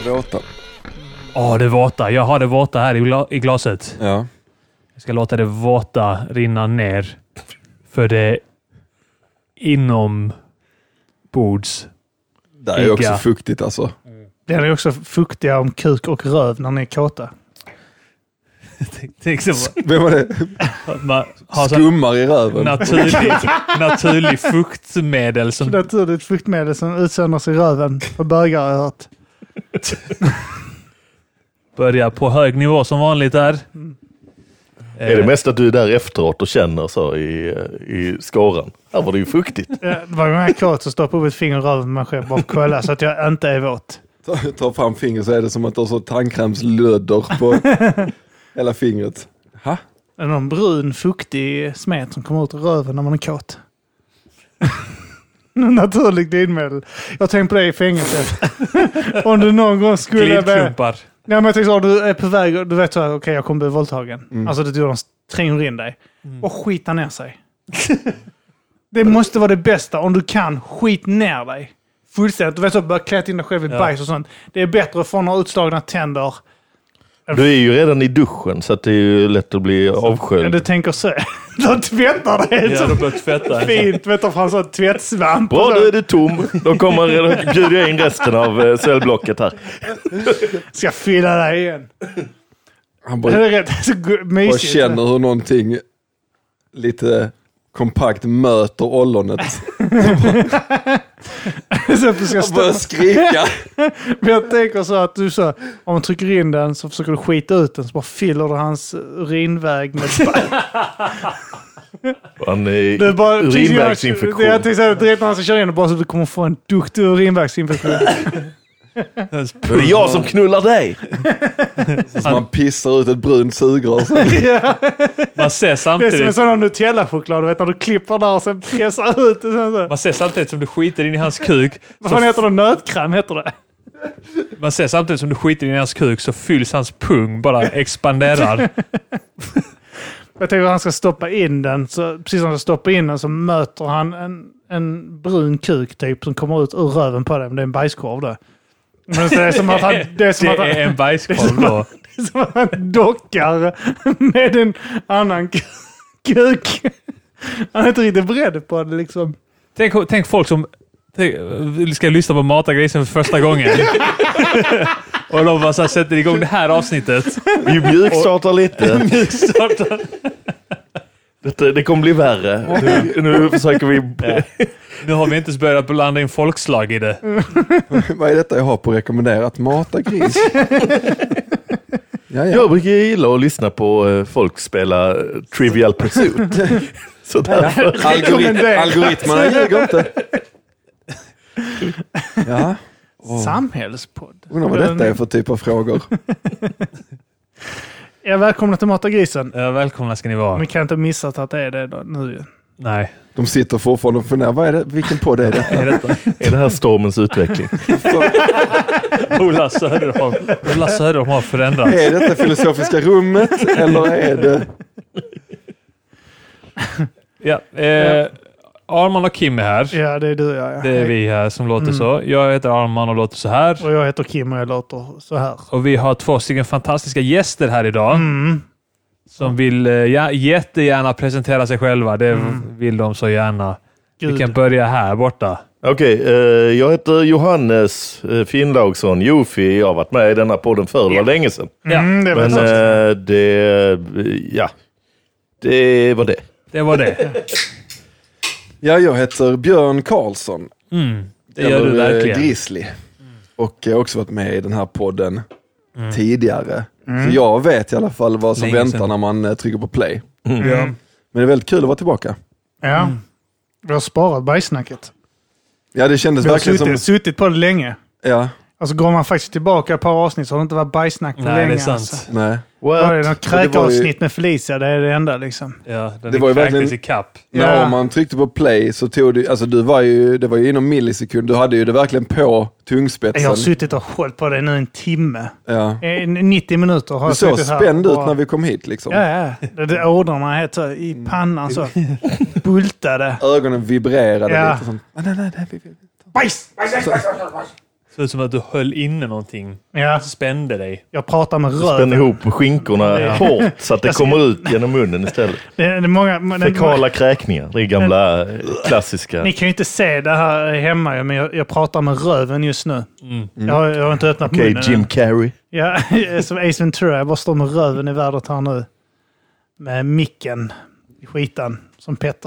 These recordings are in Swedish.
Det våta. Det våta. Jag har det våta här i glaset. Ja. Jag ska låta det våta rinna ner. För det inombords. Det är också fuktigt alltså. Det är också fuktiga om kuk och röv när ni är kåta. Vem var det? Skummar i röven. Naturlig fuktmedel som... Naturligt fuktmedel som utsöndras i röven på bögar har jag hört. Börjar på hög nivå som vanligt där. Är det mest att du är där efteråt och känner så i skåran? Här var det ju fuktigt. Varje gång jag är kåt så stoppar upp ett finger i röven med mig själv bara kolla så att jag inte är våt. Ta fram fingret så är det som att du har så tandkrämslödder på hela fingret. Ha? Är det någon brun, fuktig smet som kommer ut i röven när man är kåt? Naturligt drivmedel. Jag tänkte på det i fängelset. Om du någon gång skulle... Glidklumpar. Nej, men jag tänkte så, du är på väg och du vet så okej, jag kommer bli våldtagen. Alltså de tränger in dig. Och skita ner sig. Det måste vara det bästa om du kan skit ner dig. Fullständigt. Du vet så, börja klätt in dig själv i bajs och sånt. Det är bättre att få några utslagna tänder. Du är ju redan i duschen så att det är ju lätt att bli avsköljd. Du tänker så. De tvättar dig. Ja, de börjar tvätta. Fint. Tvättar fram så tvättsvamp. Bra, då är det tom. Då kommer jag bjuda in resten av cellblocket här. Ska fylla dig igen. Han bara, det är rätt så mysigt. och känner hur någonting lite kompakt möter ollonet. Så ska jag börjar skrika. Men jag tänker så att du så, om man trycker in den så försöker du skita ut den så bara fyller du hans urinväg med urinvägsinfektion. Det är att direkt när han ska köra in och bara så att du kommer få en duktig urinvägsinfektion. Det är jag som knullar dig. Så man pissar ut ett brunt sugrör. Ja. Man ser samtidigt... Det är som en sån Nutella-choklad, vet när du klipper där och sen pressar ut det. Man ser samtidigt som du skiter in i hans kuk. Vad fan heter det? Nötkräm heter det. Man ser samtidigt som du skiter in i hans kuk så fylls hans pung bara expanderar. Jag tänker att han ska stoppa in den. Så precis som han stoppar in den så möter han en brun kuk typ som kommer ut ur röven på den. Det är en bajskorv då. Men det är som att han... Det är en bajskorv då. Det är som att han dockar med en annan kuk. Han är inte riktigt beredd på det liksom. Tänk folk som ska lyssna på Matagrisen för första gången. Och de bara så sätter igång det här avsnittet. Vi mjukstartar lite. Det kommer bli värre. Nu försöker vi... Nu har vi inte börjat blanda in folkslag i det. Vad är detta jag har på rekommenderat? Matagris. Ja. Jag brukar gilla att lyssna på folk spela Trivial Pursuit. Så därför... Algoritmerna ljuger inte. Ja. Samhällspodd. Undrar vad detta är för typ av frågor. Ja, välkomna till Matagrisen. Ja, välkomna ska ni vara. Men kan inte missa att det är det då, nu. Nej. De sitter fortfarande och funderar, vad är det? Vilken podd är det? Är det här stormens utveckling? Ola Söderholm har förändrats. Är detta filosofiska rummet eller är det... Ja, Arman och Kim är här. Ja, det är du. Ja. Det är vi här som låter så. Jag heter Arman och låter så här. Och jag heter Kim och jag låter så här. Och vi har 2 fantastiska gäster här idag. Som vill jättegärna presentera sig själva. Det vill de så gärna. Gud. Vi kan börja här borta. Okej, jag heter Johannes Finnlaugsson. Jofi, jag har varit med i denna podden förr. Det var länge sedan. Det var det. Det var det. Ja, jag heter Björn Karlsson. Det gör du verkligen. Grizzly. Och jag har också varit med i den här podden tidigare. Så jag vet i alla fall vad som väntar när man trycker på play. Ja. Men det är väldigt kul att vara tillbaka. Ja, vi har sparat bajsnacket. Ja, det kändes verkligen som... suttit på det länge. Ja. Alltså går man faktiskt tillbaka ett par avsnitt så har det inte varit bajsnack för länge. Nej, det är sant. Alltså. Nej. Var det något kräkavsnitt med Felicia, det är det enda liksom. Ja, det var ju verkligen i kapp. När man tryckte på play så tog du, alltså det var ju inom millisekund, du hade ju det verkligen på tungspetsen. Jag har suttit och hållit på det nu en timme. Ja. 90 minuter har jag suttit här. Du såg spänd ut när vi kom hit liksom. Ja. Det ådrarna helt så i pannan så bultade. Ögonen vibrerade lite sånt. Nej. Bajs! Så det är som att du höll inne någonting. Ja. Spände dig. Jag pratar med röven. Spänn ihop skinkorna hårt så att det kommer ut genom munnen istället. Det är många, fekala kräkningar, det är gamla klassiska. Ni kan ju inte se det här hemma, men jag pratar med röven just nu. Jag har inte öppnat munnen. Okej, Jim Carrey. Ja, som Ace Ventura. Jag bara står med röven i världen här nu. Med micken i skitan, som Petter.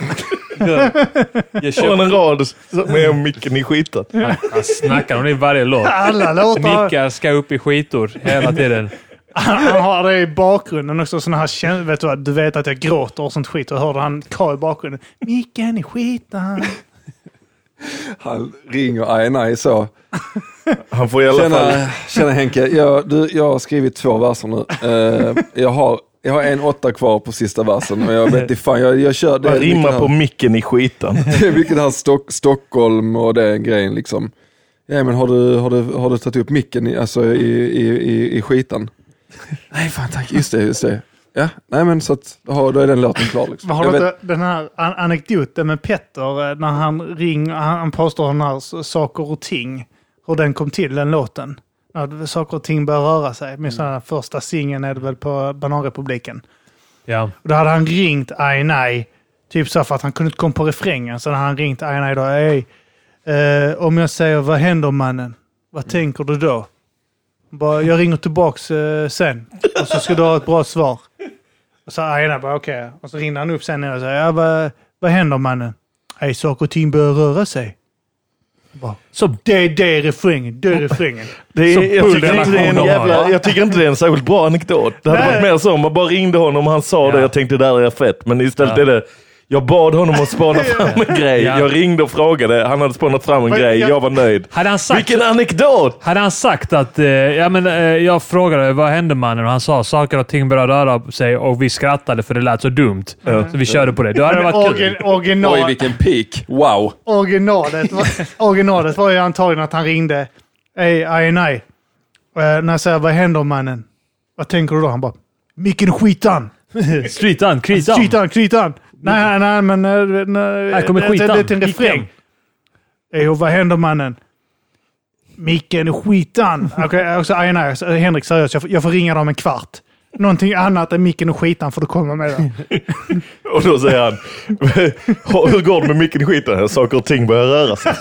Jag köper en rad med micken i skitan. Han snackar om det i varje låt. Alla låtar. Mickar ska upp i skitor hela tiden. Han har det i bakgrunden också. Såna här vet du vet att jag gråter och sånt skit. Och hörde han i bakgrunden. Micken i skitan. Han ringer nej så. Han får i alla fall... Tjena Henke, jag har skrivit 2 verser nu. Jag har en 8 kvar på sista versen och jag vet inte fan, jag kör det. Man rimmar på micken i skitan. Det är mycket det här Stockholm och det grejen liksom. Ja, men har du tagit upp micken i skitan? Nej fan tack, just det. Ja, nej men så att då är den låten klar liksom. Har du inte den här anekdoten med Petter när han påstår den här saker och ting, hur den kom till den låten? När saker och ting börjar röra sig. Med sådana första singeln är det väl på Bananrepubliken. Ja. Och då hade han ringt nej, typ så för att han kunde inte komma på refrängen. Så när han ringt nej då, om jag säger vad händer mannen? Vad tänker du då? Bara, jag ringer tillbaks sen. Och så ska du ha ett bra svar. Och så nej bara okej. Och så ringer han upp sen och säger vad händer mannen? Saker och ting börjar röra sig. Så det är refrängen. Jag tycker inte det är en särskilt bra anekdot. Det hade varit mer så om man bara ringde honom och han sa det. Jag tänkte där är fett. Men istället är det... Jag bad honom att spana fram en grej. Jag ringde och frågade. Han hade spanat fram en grej. Jag var nöjd. Vilken anekdot! Hade han sagt att jag frågade vad hände mannen och han sa saker och ting började röra sig och vi skrattade för det lät så dumt. Så vi körde på det. Då hade det varit kul. Oj, vilken peak. Wow. Originalet var ju antagligen att han ringde. Nej. När jag säger vad händer mannen? Vad tänker du då? Han bara micken skitan. Kritan. Nej, men... Här kommer skitan. Det är en refräng. Vad händer mannen? Micken är skitan. Okej, också Henrik seriöst. Jag får ringa dem om en kvart. Någonting annat än micken och skitan får du komma med då. Och då säger han, hur går det med micken och skitan? Saker och ting börjar röra sig.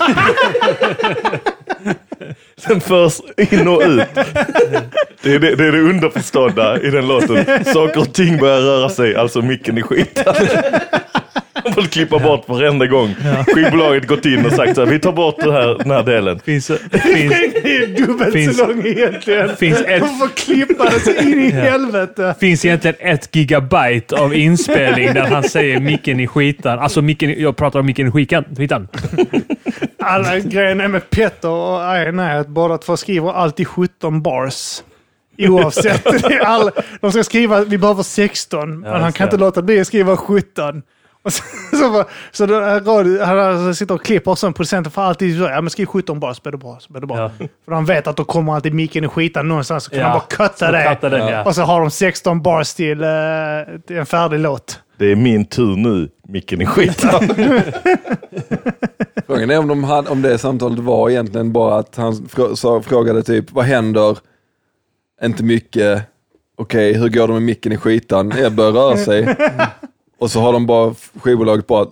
Sen förs in och ut. Det är det underförstådda i den låten. Saker och ting börjar röra sig, alltså micken i skitan. Man får klippa bort varenda gång. Skivbolaget gått in och sagt så här, vi tar bort den här delen. Det är dubbelt så lång egentligen. Man får klippa det så in i helvete. Finns egentligen 1 gigabyte av inspelning där han säger micken i skitan. Alltså jag pratar om micken i skitan. Alla grejerna med Petter och att båda två skriver alltid 17 bars. Oavsett. De ska skriva, vi behöver 16. Men han kan inte låta bli att skriva 17. Och så han sitter och klipper och så en producent för alltid så, men skriv 17 bara så blir det bra. För de vet att då kommer alltid micken i skitan någonstans så kan de bara cutta det. Och så har de 16 bars till en färdig låt. Det är min tur nu, micken i skitan. Frågan är om det samtalet var egentligen bara att han frågade typ, vad händer? Inte mycket. Okej, hur går det med micken i skitan? Jag börjar röra sig. Och så har de bara skivbolaget bara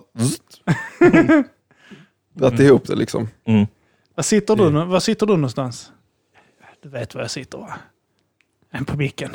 dratt ihop det liksom. Var sitter du någonstans? Du vet var jag sitter, va? En på micken.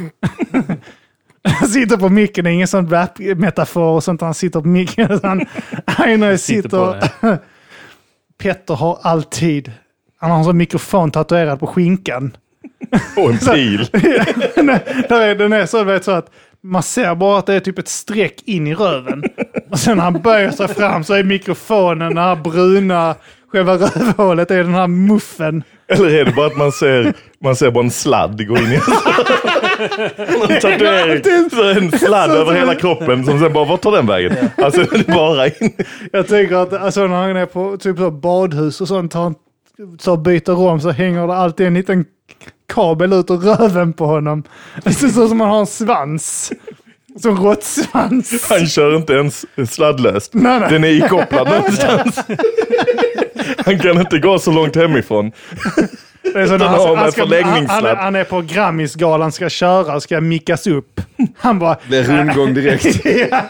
Han sitter på micken, det är ingen sån rap-metafor och sånt. Han sitter på micken. Han sitter Petter har alltid... Han har en sån mikrofon tatuerad på skinkan. Och en pil. Den är så, vet så att man ser bara att det är typ ett streck in i röven. Och sen när han böjer sig fram så är mikrofonen, den här bruna, själva rövhålet är den här muffen. Eller är det bara att man ser bara en sladd gå in i en tatuering. Så en sladd över hela kroppen som sen bara, vad tar den vägen? Alltså det är bara in. Jag tänker att alltså, när han är på typ så badhus och sånt, så byter rom så hänger det alltid en liten kabel ut ur röven på honom. Det ser så som man har en svans. Som råttsvans. Han kör inte ens sladdlöst. Nej. Den är ikopplad någonstans. Han kan inte gå så långt hemifrån. Det är så han är på Grammisgalan, ska köra, ska mickas upp. Han bara... Det är rundgång direkt.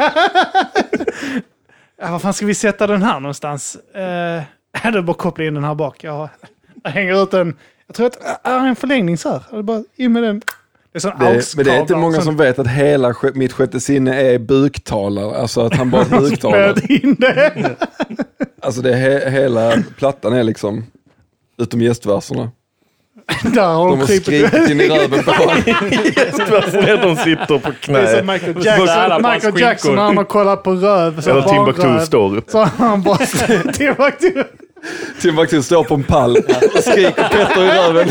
Vad fan ska vi sätta den här någonstans? Du bara koppla in den här bak. Jag hänger ut en... Jag tror att det är en förlängning så här. Det är bara in med den. Det är men det är inte många som vet att hela mitt sjätte sinne är buktalare. Alltså att han bara buktalar. in det. Alltså det är hela plattan är liksom utom gästverserna. Där har de skrikit in i röven på honom. De sitter på knä. Det är som Michael Jackson när han har kollat på röv. Eller Timbuktu står upp. Så han bara... Timbuktu står på en pall och skriker Petter i röven.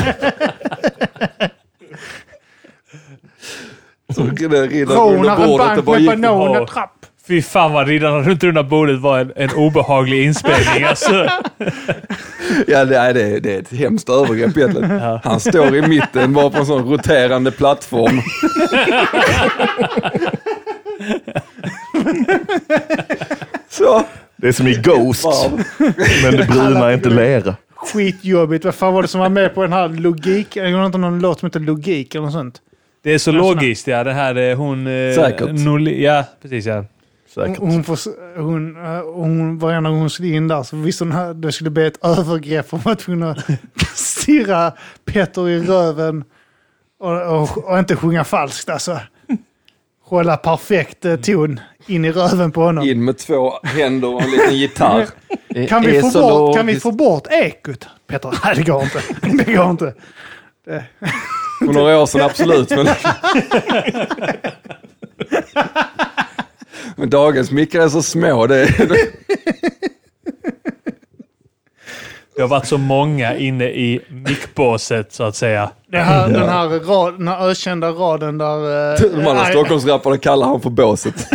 Så riddaren under bordet och bara gick på. Fy fan vad riddarna runt runda bordet var en obehaglig inspelning. Alltså. Ja, det är ett hemskt övergrepp egentligen. Ja. Han står i mitten bara på en sån roterande plattform. Så. Det är som i Ghost. Men det bruna är inte lera. Skitjobbigt. Vad fan var det som var med på den här logik? Jag har inte någon låt som heter Logik eller något sånt. Det är så logiskt, ja. Det här är hon... Säkert. Ja, precis, ja. Hon var en av hon skulle in där, så visste hon att det skulle bli ett övergrepp om att kunna stirra Petter i röven och inte sjunga falskt. Alltså. Hålla perfekt ton in i röven på honom. In med 2 händer och en liten gitarr. Kan vi få bort ekot? Petter, nej det går inte. Det går inte. För några år sedan absolut. Men dagens mickar är så små. Det har varit så många inne i mickbåset så att säga. Den här ökända raden där... De andra Stockholmsrapparna kallar han för båset.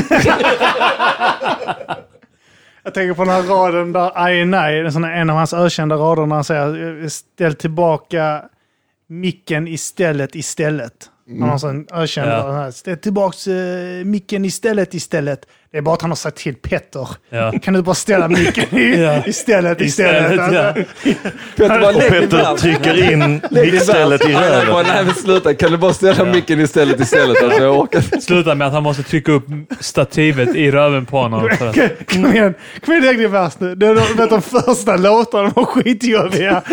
Jag tänker på den här raden där aj nej, en av hans ökända rader när han säger ställ tillbaka micken istället. Han har sån ökänd ställ tillbaka micken istället. Det är bara att han har sagt till Petter. Ja. Kan du bara ställa micken istället? Ja. Petter trycker in mickstället i röven. Nej men sluta, kan du bara ställa micken istället? Alltså, jag orkar. Sluta med att han måste trycka upp stativet i röven på honom. Kom igen, lägg din vers nu. Det är de första låtarna var skitjobbiga.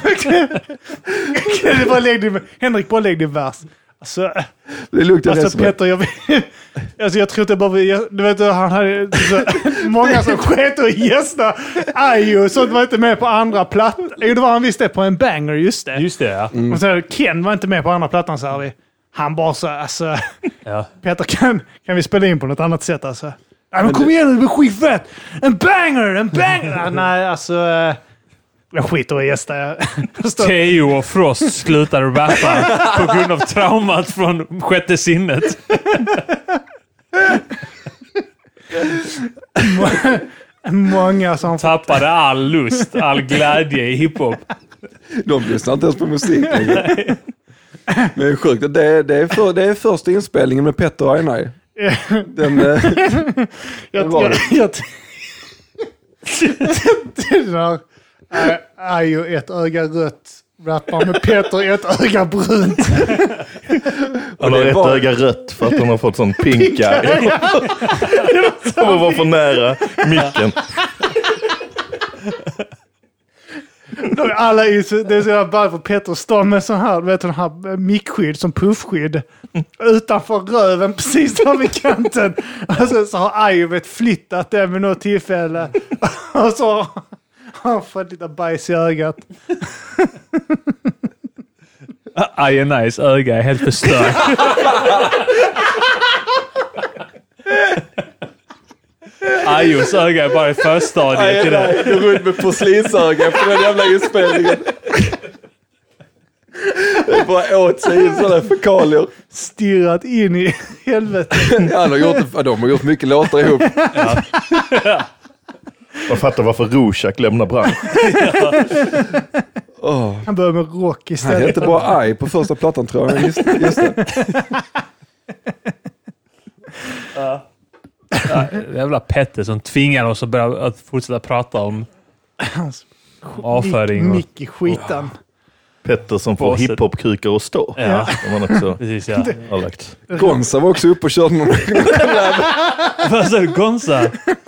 Henrik, bara lägg din vers. Alltså, det luktar Petter, jag tror inte bara du vet han hade många som sket och gästa Ayo så var inte med på andra plattan. Jo, det var han visst det på en banger just det, ja. Och så Ken var inte med på andra plattan så här. Han bara så alltså Petter kan vi spela in på något annat sätt alltså. Nej, men kom igen, det blir skitfett. En banger. Nej, alltså jag skiter i gästa. Theo och Frost slutar rappa på grund av traumat från sjätte sinnet. Många som tappade all lust, all glädje i hiphop. De lyssnar inte ens på musik längre. Men det är sjukt. Det är första inspelningen med Petter och Ainai. Är ju ett öga rött rappar med Petter ett öga brunt. Han har ett öga rött för att han har fått sån pink eye. Han var för nära micken. Alla det är så jag bara för Petter står med sån här, vet du, här mickskydd som puffskydd utanför röven precis där vid kanten. Alltså, så har Ayovet flyttat det vid något tillfälle. Och så har han fått lite bajs i ögat. Ayenais öga är helt förstört. Ayos öga är bara i förstadiet till det. Du går ut med porslinsöga på den jävla inspelningen. Det är bara åt sig sådana fekalier. Stirrat in i helvete. Ja, de har gjort mycket låtar ihop. Ja. Man fattar varför Rorschach lämnar bransch. Han börjar med rock istället. Han heter bara Aj på första plattan tror jag. Just det. Jävla Petter som tvingar oss att fortsätta prata om avföring. Mick i skitan. Petter som får hiphop-krukar att stå. Ja. Som man också Precis, ja. har lagt. Gonza var också uppe och körde någon. Vad sa du, Gonza?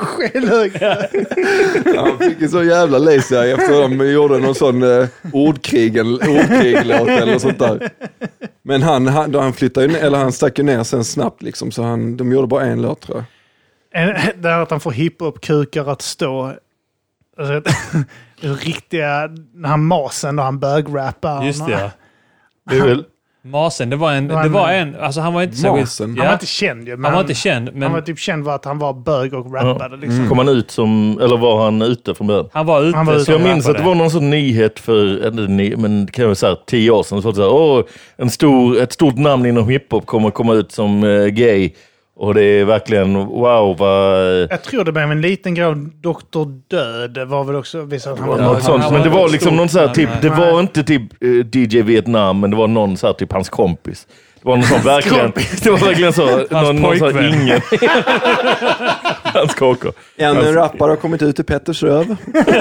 Han fick en så jävla lazy efter att de gjorde någon sån ordkrig-låt eller sånt där. Men han flyttade ju ner, eller han stack ju ner sen snabbt liksom, så de gjorde bara en låt, tror jag. Det är att han får hiphop-krukar att stå. Alltså, riktiga, den här masen då han bögrappar. Just det, ja. Det är väl... Masen, det var en, alltså han var inte så... Masen? Han var inte känd ju. Han var inte känd, men... Han var typ känd för att han var bög och rappade liksom. Kom han ut som, eller var han ute från början? Han var ute. Så jag minns att det var någon sån nyhet för, men det kan jag säga 10 år sedan, så att ett stort namn inom hiphop kommer komma ut som gay. Och det är verkligen, wow, vad... Jag tror det blev en liten grå Dr. Död. Det var väl också vissa att han var... Något sånt, men det var liksom någon så här typ, det var inte typ DJ Vietnam, men det var någon så här typ hans kompis. Det var någon sån verkligen, det var verkligen så, någon så här ingen. Hans kåkor. En rappare har kommit ut i Petters röv.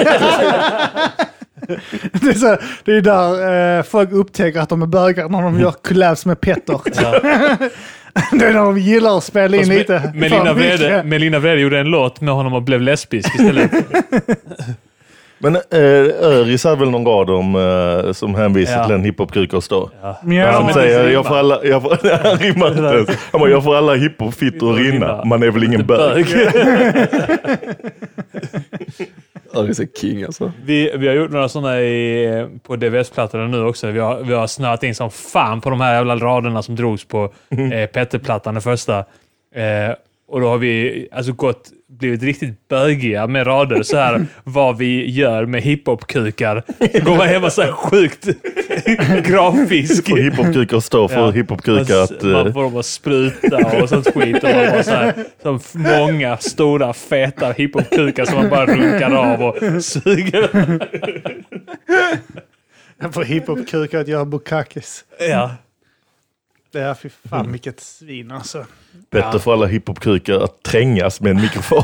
Det är där folk upptäcker att de är bögar när de gör collabs med Petter. Ja. Det är när de gillar att spela in lite. Melina Vrede gjorde en låt med honom och blev lesbisk istället. Men Öris är väl någon rad om som hänvisar till en hiphop-kruka och stå. Han säger, han rimmar inte ens. Han bara, jag får alla hiphop-fittor att rinna. Man är väl ingen bög. Öris är king alltså. Vi har gjort några sådana på DVS-plattorna nu också. Vi har snöat in som fan på de här jävla raderna som drogs på Petter-plattan, den första. Och då har vi alltså blivit riktigt bögiga med rader så här vad vi gör med hiphop-kukar. Går man hemma så här sjukt grafisk. Och hiphop-kukar står för hiphop-kukar att... Man får dem att spruta och sånt skit. Och man så här, som många stora feta hiphop-kukar som man bara runkar av och suger. Jag får hiphop-kukar att göra bukakis. Ja. Det är fy fan vilket svin alltså. Bättre för alla hiphop-krukar att trängas med en mikrofon.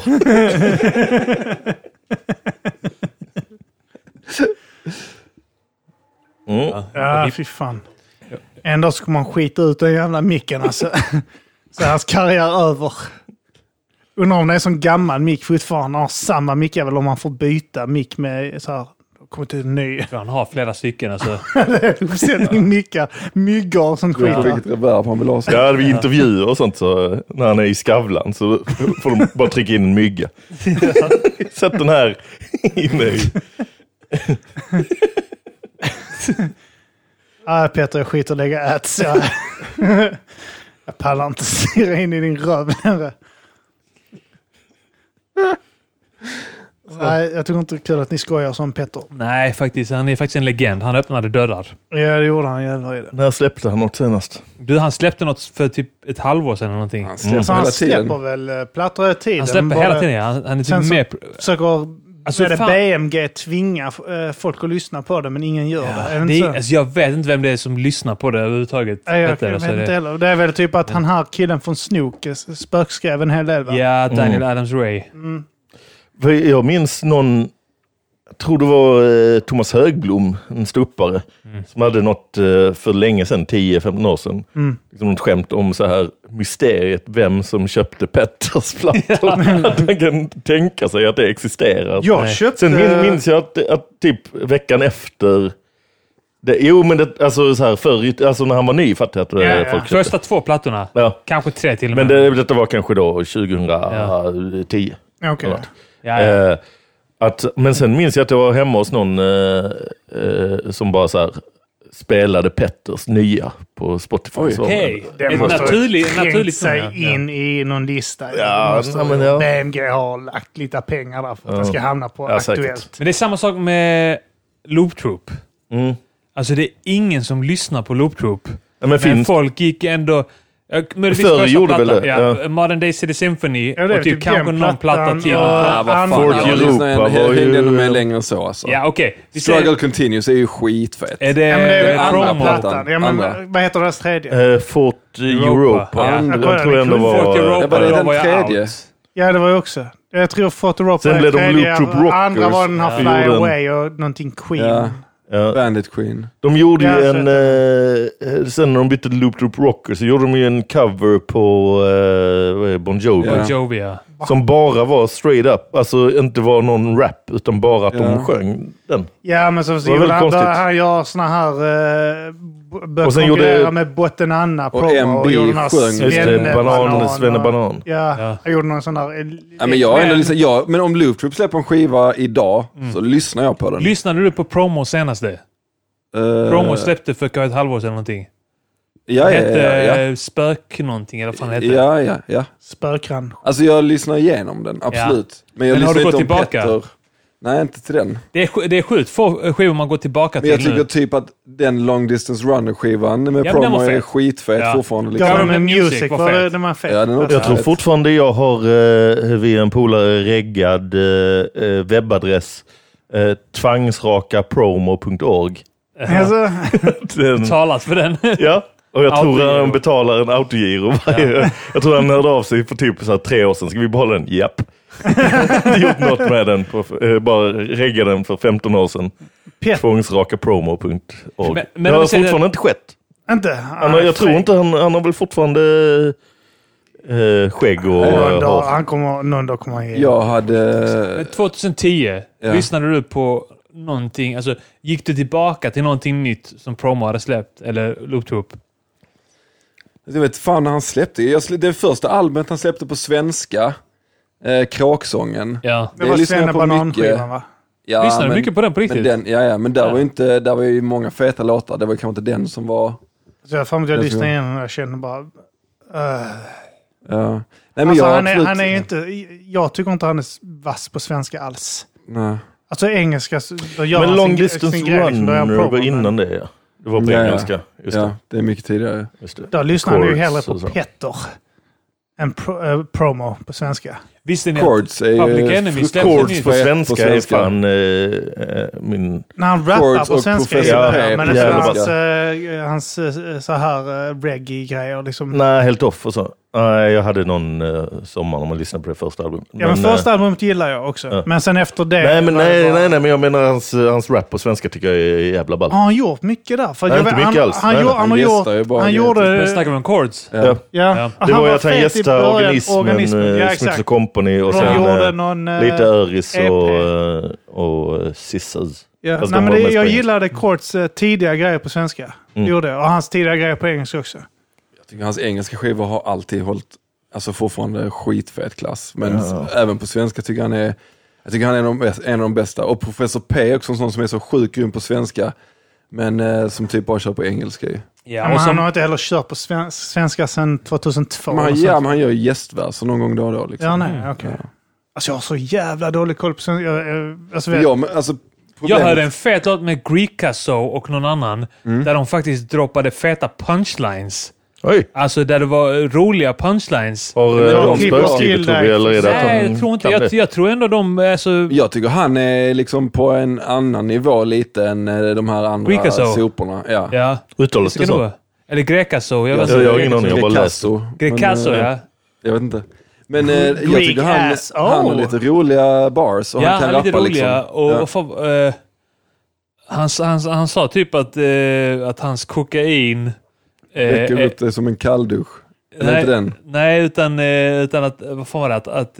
Ja, fy fan. En dag ska man skita ut den jävla micken alltså. Så hans karriär över. Undrar om det är som gammal mick fortfarande har samma mick, eller om man får byta mick med så här. Kommer till en ny. Han har flera stycken alltså. Uppsättning mickar, myggor som skiter. Vilket reverb han vill ha. Ja, vi intervjuer och sånt, så när han är i Skavlan så får de bara trycka in en mygga. Sätt den här inne i. Peter, jag skiter och lägga äts. Jag pallar inte stirra in i din röv. Nej, jag tycker inte det är kul att ni skojar som Petter. Nej, faktiskt. Han är faktiskt en legend. Han öppnade dörrar. Ja, det gjorde han. Jävlar i det. När släppte han något senast? Han släppte något för typ ett halvår sedan eller någonting. Han släpper väl plattor i tiden. Han släpper hela tiden. Han är typ med... Försöker med BMG tvinga folk att lyssna på det, men ingen gör det. Alltså, jag vet inte vem det är som lyssnar på det överhuvudtaget. Jag vet inte heller. Det är väl typ att han här killen från Snook spökskrev en hel del, va? Ja, Daniel Adams Ray. För jag minns någon, jag tror det var Thomas Högblom, en stuppare, som hade något för länge sedan, 10-15 år sedan. Liksom något skämt om så här mysteriet, vem som köpte Petters plattor. Att man kan tänka sig att det existerar. Sen minns jag att typ veckan efter... alltså så här förr, alltså när han var ny, fattar jag att folk första 2 plattorna. Ja. Kanske 3 till och med. Men detta var kanske då 2010. Okej. Men sen minns jag att jag var hemma hos någon som bara så här spelade Petters nya på Spotify. Okej. Det måste naturligt sig in i någon lista. BMG har lagt lite pengar där för att det ska hamna på Aktuellt. Säkert. Men det är samma sak med Loop Troop. Alltså det är ingen som lyssnar på Loop Troop. Men folk gick ändå... Förr gjorde väl det. Ja. Modern Day City Symphony och typ kanske någon platta till. Vad fan. Fort Europa var hängde ändå ju... med längre än så alltså. Ja, okej. Struggle Continues är ju skitfett. Är det, Ja, men det är andra promo? plattan. Ja, men Andra. vad heter deras tredje? Fort Europa. Ja. Jag tror ändå Fort var... Europa, Ja, men det är då den var jag tredje. out. Ja, det var ju också. Jag tror Fort Europa Sen är blev de tredje. Loop Troop Rockers. Andra var den här Ja. Fly Gjorde en- Away och någonting Queen. Ja. Ja. Bandit Queen. De gjorde Ja, ju så sen när de bytte till Loop Troop Rockers så gjorde de ju en cover på vad är det, Bon Jovi. Ja. Jovi, ja. Som bara var straight up. Alltså inte var någon rap utan bara att de sjöng den. Ja, men så var gjorde väldigt han, konstigt. han gör såna här... Började Och sen konkurrera gjorde- med Botten Anna Och promo MB gjorde den här sjöng. Just det, Svenne Banan. Ja, Ja. jag gjorde någon sån där... Ja, men jag är ändå liksom, men om Loop Troop släpper en skiva idag så lyssnar jag på den. Lyssnade du på promo senaste? Promo släppte för ett halvår sedan någonting. Ja, Hette Spök någonting, eller vad fan hette det? ja. Spökran. Alltså jag lyssnar igenom den, absolut. Men jag Men har lyssnar du inte gått om tillbaka? Petter. Nej, inte till den. Det är sjukt få skivor man går tillbaka Men jag till tycker nu. typ att den Long Distance Runner-skivan med men den promo var är fet. skitfett Ja. fortfarande. Liksom. Government Government Music Music var var fet. den var fet. Ja, den är också Jag tror fet. fortfarande jag har via en polare reggad webbadress tvangsrakapromo.org. Alltså, Den, Talat för den. ja, och jag tror Autogiro. han betalar en autogiro varje. Jag tror han hörde av sig för typ så här 3 år sedan. Ska vi behålla den? Japp. Inte gjort något med den. Bara regga den för 15 år sedan. Pet. Tvångsrakapromo.org. Men Det om har vi säger fortfarande inte skett. inte. Jag tror inte han har väl fortfarande skägg och Någon dag, hår. någon dag kommer han ge. Jag hade... 2010, lyssnade du på någonting, alltså gick du tillbaka till någonting nytt som promo hade släppt, eller Loop Troop? Jag vet fan när han släppte. Det första albumet han släppte på svenska, Kråksången. Ja. Det var lyssnar jag Svenne på Banan-skivan, va? Ja, Lyssnade du mycket på den på riktigt? Men men där var ju många feta låtar. Det var kanske inte den som var... Så jag fan, jag lyssnade igen och jag kände bara... Ja. Nej, men Alltså, jag han är inte... Jag tycker inte han är vass på svenska alls. Nej. Alltså engelska... Då gör Men han Long sin Distance grej, liksom, då är han Runner promo, var men innan det, ja. Det var på Ja, ja. engelska. Just Ja, det är mycket tidigare. Just det. Då lyssnar han ju Chords hellre på och så. Petter än promo på svenska. Visste ni Chords är Public ju Enemy släppte fruktansvärt Chords på fet svenska är fan min... När han rappar Chords på och svenska Professor är det P bra, men på alltså hans så här reggae-grejer liksom. Nej, helt off och så. Nej, jag hade någon sommar när man lyssnade på det första albumet. Ja, men första albumet gillar jag också. Ja. Men sen efter det... Nej, men var det bara- men jag menar hans rap på svenska tycker jag är jävla ball. Har han gjort mycket där? För Nej, jag inte vet- mycket alls. Han, Nej, gjorde- nej. han har Han gjort... gästar ju bara Han det. gjorde... Men snackar vi om Chords? Ja. Ja. Ja. Det Han var ju att han fet i gästade början, Organismen, ja, Smith exakt. Company och De sen gjorde någon... lite Öris EP. och Sissas. Ja. Fast Nej, de men var det, mest på jag engelska. gillade Courts tidiga grejer på svenska. Gjorde jag. Och hans tidiga grejer på engelska också. Jag tycker hans engelska skivor har alltid hållit, alltså fortfarande skitfett klass. Men även på svenska tycker han är en av de bästa. Och Professor P är också en sån som är så sjukt grym på svenska. Men som typ bara kör på engelska ju. Ja, Men och han som, har inte heller kört på svenska sedan 2002. Men och sånt. han gör ju gästverser någon gång då och då. Liksom. Ja, nej, okej. Alltså jag har så jävla dålig koll på svenska. Alltså, vet, Ja, men alltså, jag problemet- hörde en fet låt med Greekazo och någon annan där de faktiskt droppade feta punchlines. Oj, Alltså där det var roliga punchlines. har de klipper till spökskrivit tror vi dig. eller är det att Nej, han jag tror inte. kan det? Jag tror ändå de är så... Jag tycker han är liksom på en annan nivå lite än de här andra Greekazo. soporna. Ja. Ja, Uttalas ska det nog så? vara. Eller Greekazo. Jag vet jag inte. har ingen aning. Jag bara läst. Greekazo, ja. Jag vet inte. Men jag tycker ass. han har lite roliga bars och Ja, han kan han är lite rappa roliga. liksom. Och han sa typ att hans kokain... Väcker upp det som en kalldusch. Eller inte den? Nej, utan att... Vad fan var det? Att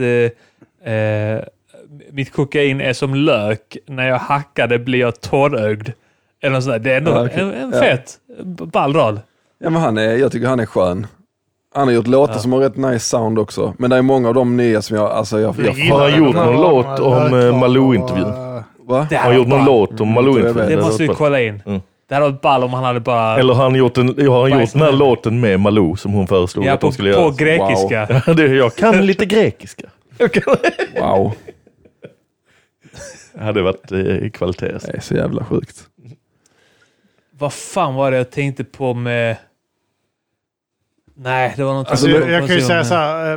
mitt kokain är som lök. När jag hackar det blir jag tårögd. Eller något sånt där. Det är ändå Ja, okej. en fet ball rad. Ja, men jag tycker han är skön. Han har gjort låtar som har rätt nice sound också. Men det är många av de nya som jag Har han gjort någon låt om Malou-intervjun? va? Det Har han gjort någon låt om Malou-intervjun? Det måste vi kolla in. Det hade varit ball om han hade bara... Eller har han gjort den här låten med Malou som hon föreslog Ja, att de skulle på göra? grekiska. Jag kan lite grekiska. Wow. Det hade varit kvalitet. Det är så jävla sjukt. Vad fan var det jag tänkte på med... Nej, det var något... Alltså, jag kan ju säga så här.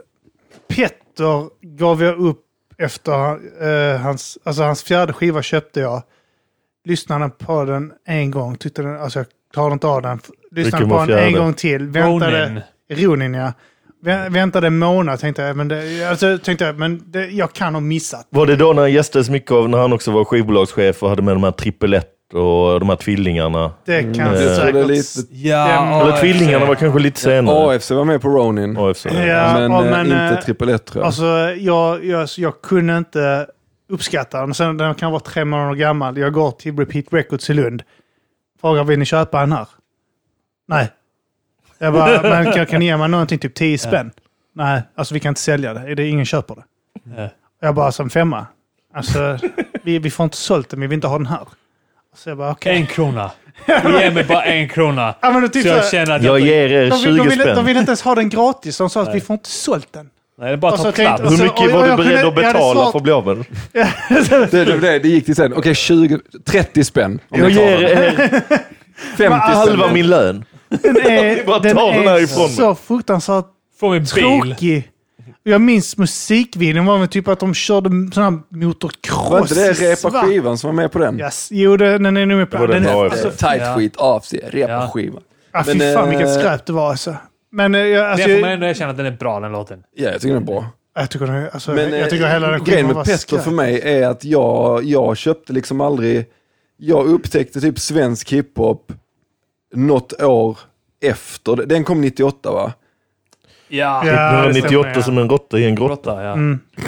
Petter gav jag upp efter hans fjärde skiva köpte jag. Lyssnade på den en gång. Tyckte den, alltså jag klarade inte av den. Lyssnade på den en gång till. Ronin, ja. Väntade en månad tänkte jag. Men jag kan ha missat. Var det då när han gästades mycket av när han också var skivbolagschef och hade med de här trippel 1 och de här tvillingarna? Det kan säkert. Eller tvillingarna var kanske lite senare. AFC var med på Ronin. AFC. Men inte trippel 1 tror jag. Alltså jag kunde inte uppskatta den. Sen den kan vara 3 månader gammal. Jag går till Repeat Records i Lund. Frågar, vill ni köpa den här? Nej. Jag bara, men kan ni ge mig någonting typ 10 spänn? Nej, alltså vi kan inte sälja det. Det är ingen köper det. Jag bara, som 5. Alltså, vi får inte sålt den, vi vill inte ha den här. Så jag bara, okej. 1 krona. Ge mig bara 1 krona. Ja, men typ så jag känner att jag ger er 20 spänn. De vill inte ens ha den gratis. De sa att vi får inte sålt den. Nej, det är bara ta plats. Hur mycket var du beredd att betala för att bli av med den? Det gick till sen. Okej, 30 spänn. Jag ger er 50 halva min lön. Den är så fruktansvärt tråkig. Jag minns musikvideon var med typ att de körde sån här motocross. Var inte det Repa skivan som var med på den? Yes. Jo, den är nog med på den. Tight skit av sig, Repa skivan. Ja, fy fan vilket skräp det var alltså. Men det får man ändå erkänna att den är bra, den låten. Ja, jag tycker den är bra. Jag tycker hela den grejen med Petter för mig är att jag köpte liksom aldrig... Jag upptäckte typ svensk hiphop något år efter. Den kom 98, va? Ja. 1998 som en råtta i en grotta. Ja.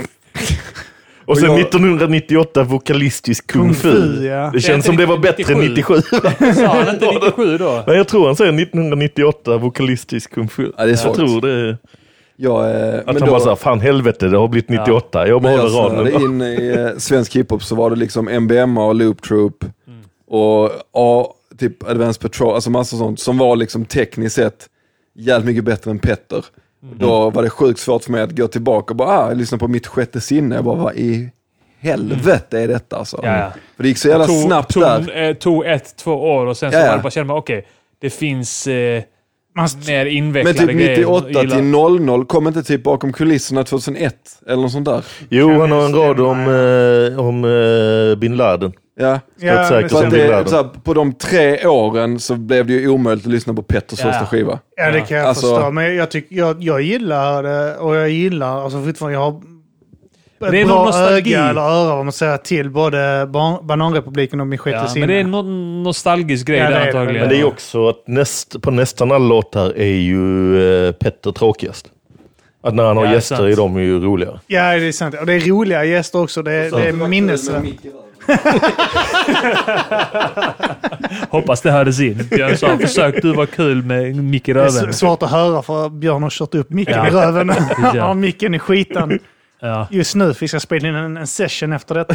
Och sen 1998 vokalistisk kung fu. Ja. Det känns som det var bättre än 97. Sa han inte 97 då? Nej, jag tror han säger 1998 vokalistisk kung fu. Ja, det är svårt. Jag tror det. Att han bara sa, fan helvete, det har blivit 98. Jag behåller raden. När jag in i svensk hiphop så var det liksom MBMA och Loop Troop och typ Advanced Patrol, alltså massa sånt som var liksom tekniskt sett jävligt mycket bättre än Petter. Då var det sjukt svårt för mig att gå tillbaka och bara lyssna på mitt sjätte sinne. Jag bara, vad i helvete är detta alltså? Ja. För det gick så jävla snabbt där. Tog 1-2 år och sen så var det bara kände man, okej, det finns mer invecklade grejer. Men typ 98 till 00 kom inte typ bakom kulisserna 2001 eller något sånt där. Jo, han har en rad om Bin Laden. Ja, på de 3 åren så blev det ju omöjligt att lyssna på Petters första skiva. Ja, det kan jag förstå. Men jag gillar det och jag gillar, alltså fortfarande, jag har ett bra öga eller öra vad man säger till både Bananrepubliken och Min sjätte sinne. Men det är någon nostalgisk grej där antagligen. Men det är också att på nästan alla låtar är ju Petter tråkigast. Att när han har gäster är de ju roligare. Ja, det är sant. Och det är roliga gäster också. Det är minnesvärt. Hoppas det hördes in. Björn sa, försök du vara kul med mick i röven. Det är svårt att höra för Björn har kört upp micken i röven. Han har micken i skitan. Ja. Just nu, vi ska spela in en session efter detta.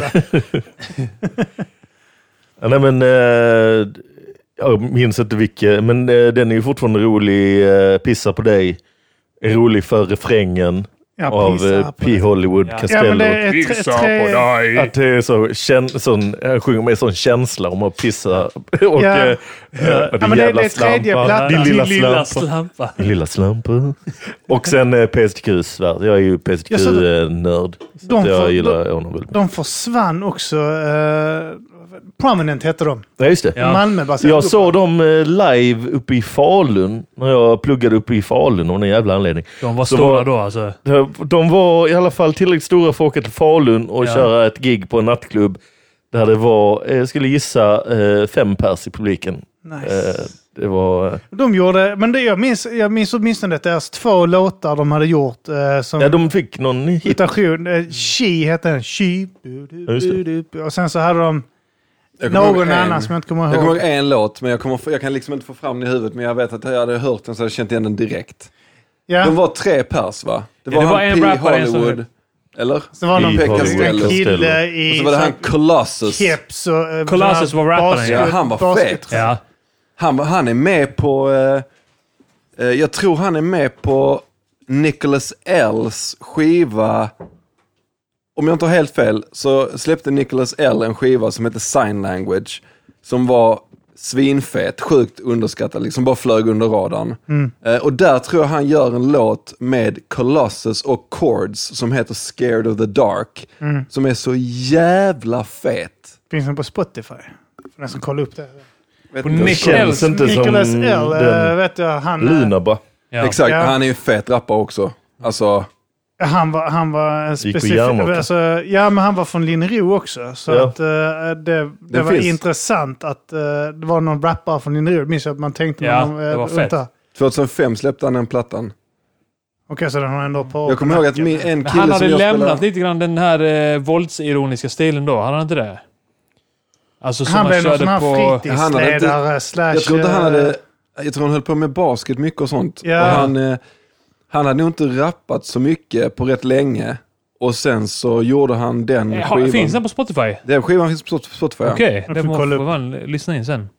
Nej, men jag minns inte vilken, men den är ju fortfarande rolig. Pissa på dig är rolig för refrängen av P. Hollywood Castello. Pissa på dig. Att det är så jag sjunger med sån känsla om att pissa och men det är tredje plattan. Din lilla slampa. Din lilla slampa. Och sen PSTQs värld. Jag är ju PSTQ-nörd. Jag gillar honom väl. De försvann också. Prominent heter de. Ja, just det. Ja. Malmö, jag såg dem live uppe i Falun när jag pluggade uppe i Falun av en jävla anledning. De var stora då alltså? De var i alla fall tillräckligt stora för att åka till Falun och köra ett gig på en nattklubb där det var, jag skulle gissa 5 pers i publiken. Nice. Det var... De gjorde, men jag minns åtminstone att deras 2 låtar de hade gjort. Som de fick någon hitation. She hette den. She. Och sen så hade de någon annan som jag inte kommer ihåg. Jag kommer ihåg en låt, men jag kan liksom inte få fram den i huvudet, men jag vet att jag hade hört den så jag känt igen den direkt. Ja. De var 3 pers, va? Det var en P. Hollywood. Eller? Så var någon kille i... Och så var det han Colossus. Keps och... Colossus var rapparen. Ja, han var fet. Ja. Han är med på... jag tror han är med på Nicholas L's skiva... Om jag inte har helt fel så släppte Nicholas L en skiva som heter Sign Language som var svinfet, sjukt underskattad, liksom bara flög under radarn. Och där tror jag han gör en låt med Colossus och Chords som heter Scared of the Dark, som är så jävla fet. Finns den på Spotify? För den som kollar upp det. Känns inte som Nicholas L. Vet jag, han... Luna bara. Ja. Exakt, Ja. han är ju fet rappare också. Alltså... Han var specifik. Alltså, ja, men han var från Linnero också. Så att det var finns. Intressant att det var någon rappare från Linnero. Minns jag att man tänkte... Ja, det var fett. 2005 släppte han den plattan. Okej, så den har ändå på... Jag kommer ihåg att en kille Men han hade som jag lämnat spelade... lite grann den här våldsironiska stilen då. Hade han inte det? Alltså som Han man blev någon körde sån här på... fritidsledare slash... Jag tror inte han hade... Jag tror han höll på med basket mycket och sånt. Ja. Och han hade nog inte rappat så mycket på rätt länge. Och sen så gjorde han den skivan. Finns den på Spotify? Den skivan finns på Spotify. Okej, Jag det får kolla får upp. man lyssna in sen.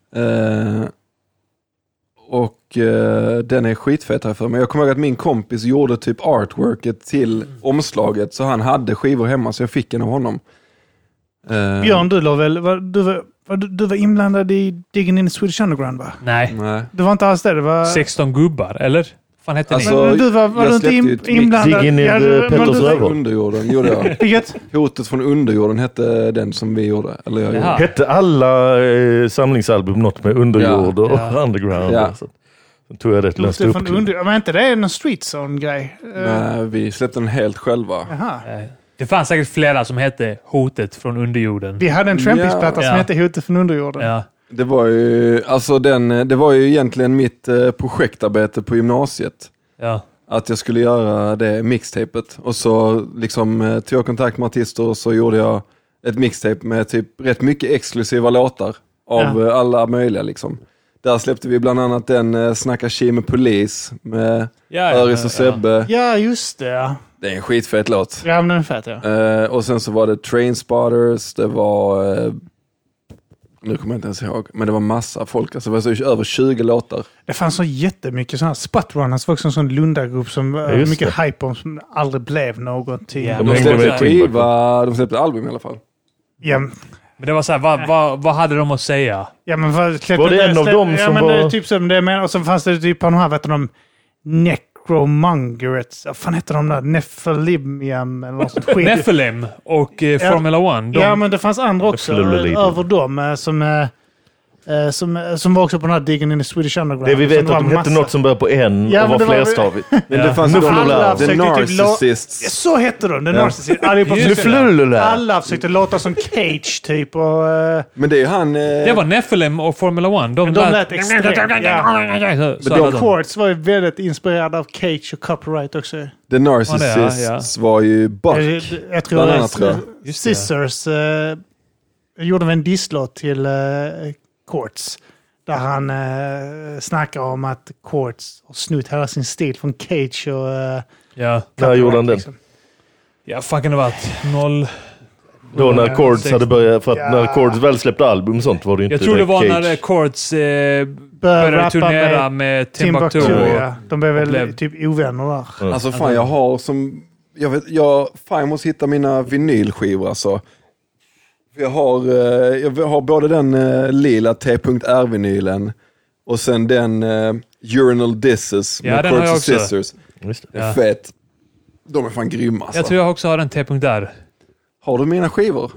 Den är skitfett här för mig. Jag kommer ihåg att min kompis gjorde typ artworket till omslaget. Så han hade skivor hemma så jag fick en av honom. Björn, du la väl... Du var inblandad i Digging in the Swedish Underground, va? Nej. Nej. Det var inte alls det. Det var... 16 gubbar, eller? Fan hette Alltså, ni? Men du var jag du inte släppte ju ett inblandad? Digging in the Petters rövhål. Underjorden gjorde jag. Vilket? Hotet från underjorden hette den som vi gjorde. Eller jag gjorde. Jaha. Hette alla samlingsalbum något med underjord och underground? Ja. Så tog jag det till läste upp. Men inte det är en Street Zone-grej? Nej, vi släppte den helt själva. Jaha. Det fanns säkert flera som hette Hotet från underjorden. Vi hade en Trampingsplatta som Ja. hette Hotet från underjorden. Ja. Det var ju, alltså det var ju egentligen mitt projektarbete på gymnasiet. Ja. Att jag skulle göra det mixtapet. Och så liksom tog jag kontakt med artister och så gjorde jag ett mixtape med typ rätt mycket exklusiva låtar. Av alla möjliga liksom. Där släppte vi bland annat den Snacka Tji med polis med Öris och Sebbe. Ja, just det. Det är en skitfett låt. Ja, men den är fett, ja. Och sen så var det Trainspotters, det var... nu kommer jag inte ens ihåg, men det var massa folk. Alltså det var så över 20 låtar. Det fanns så jättemycket sådana här Sputrunners var också en sån Lundagrupp som var mycket hype om som aldrig blev någonting. Ja, De släppte skiva, de släppte album i alla fall. Ja, Men det var så här, vad hade de att säga? ja, men Var det en av dem som men var- det är typ som det, men och så fanns det typ på de här, vet du, de Necromongers. Vad fan heter de där? Nephalimium eller något sånt skit. Nephilim och Formula 1. Ja, men det fanns andra också Nephilim. över dem som var också på den här Digging in the Swedish Underground. Det vi vet Som att de var hette massa- något som börjar på N Ja, och men var det var- flerstavigt. Men det fanns Alla The försökte typ Narcissists. Så hette de, The Narcissists. Alla försökte låta som Cage typ. Och, Men det är ju han... Det var Nephilim och Formula 1. de lät extremt. Ja. Så The alla de. Courts var ju väldigt inspirerad av Cage och Copyright också. The Narcissists var ju Buck. Jag tror Bland att annat, tror jag. Just det. Scissors gjorde en disslåt till Courts. Där han snackar om att Courts har snott hela sin stil från Cage och... Ja. När gjorde han den? liksom. Ja, fan kan det varit? 0... Då när Chords hade börjat, för att Ja. när Chords väl släppte album och sånt var det inte Jag tror det var Cage. när Chords Började började rappa turnera med Timbuktu. Ja. De blev väl blev- typ ovänner där. Alltså fan jag har som... jag måste hitta mina vinylskivor alltså. För jag har både den lila T.R-vinylen och sen den Urinal Disses Ja, med den har Chords jag och också. Sisters. Just det. Ja. Fett. De är fan grymma alltså. Jag tror jag också har en T.R. Har du mina skivor?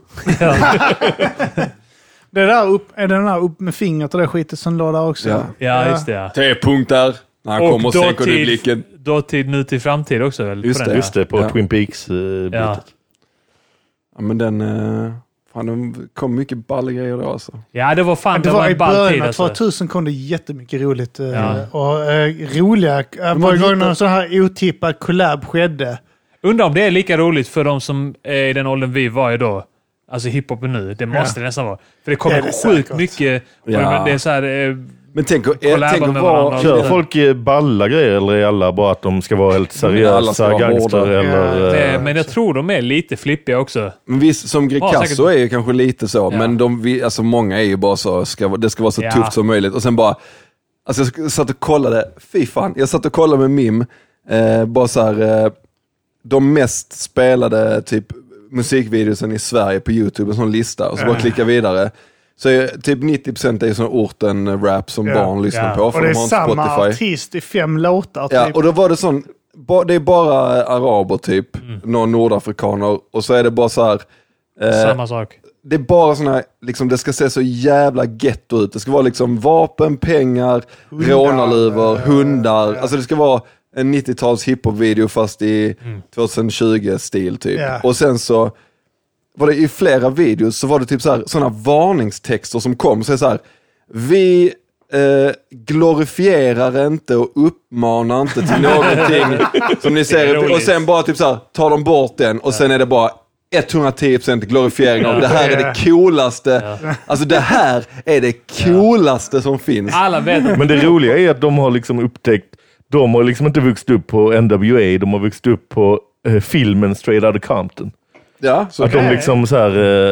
Det där är den där upp med fingret och det skitet som låg där också. Ja. Ja, just det. Ja. T-punkter. När han kommer och sänker du blicken. Dåtid, nutid, framtid också väl? Just på det. den, Just det, på Ja. Twin Peaks Ja. bitet. Ja men den... fan de kom mycket balla grejer då alltså. Ja, det var fan Det var i en ball början tid av alltså. 2000 kom det jättemycket roligt. Ja. Och roliga. Varje gång någon sån här otippad collab skedde. Undrar om det är lika roligt för de som är i den åldern vi var i då. Alltså hiphopen nu. Det måste det nästan vara. För det kommer Det är det sjukt säkert. mycket. Ja. Det är så här... Men tänk att Kollaba med vara... varandra. Kör folk balla grejer eller är alla bara att de ska vara helt alla ska seriösa vara gangster hårda. eller... men jag tror de är lite flippiga också. Men visst, som Greekazo säkert. är ju kanske lite så, Ja. men alltså många är ju bara så, det ska vara så Ja. tufft som möjligt. Och sen bara, alltså jag satt och kollade, fy fan, jag satt och kollade med Mim, bara så här, de mest spelade typ musikvideosen i Sverige på YouTube, en sån lista, och så bara klicka vidare. Så är typ 90% är ju sån orten-rap som barn lyssnar på. För och det är de har samma Spotify. artist i 5 låtar. Ja, typ. och då var det sån, det är bara araber typ, någon nordafrikaner, och så är det bara så här. Samma sak. Det är bara såna här, liksom, det ska se så jävla getto ut. Det ska vara liksom vapen, pengar, rånarluvor, hundar. Alltså det ska vara en 90-tals hiphop-video fast i 2020-stil typ. Och sen så var det i flera videos så var det typ så här, såna varningstexter som kom. Så är det så här, vi glorifierar inte och uppmanar inte till någonting som ni ser. Och sen bara typ så här, tar de bort den och sen är det bara 110% glorifiering av det här är det coolaste. Alltså det här är det coolaste som finns. Alla vet. Men det roliga är att de har liksom upptäckt, de har liksom inte vuxit upp på NWA, de har vuxit upp på filmen Straight Outta Compton. Ja, så att de liksom så här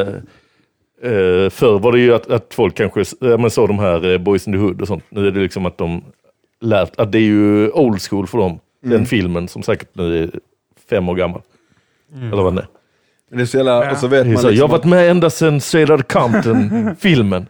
förr var det ju att folk kanske såg de här Boys in the Hood och sånt. Nu är det liksom att de lärt att det är ju old school för dem. Den filmen som säkert nu är 5 år gammal. Eller vad det är. Det är så jävla, och så vet man så, liksom jag har varit med ända sedan Straight Outta Compton-filmen.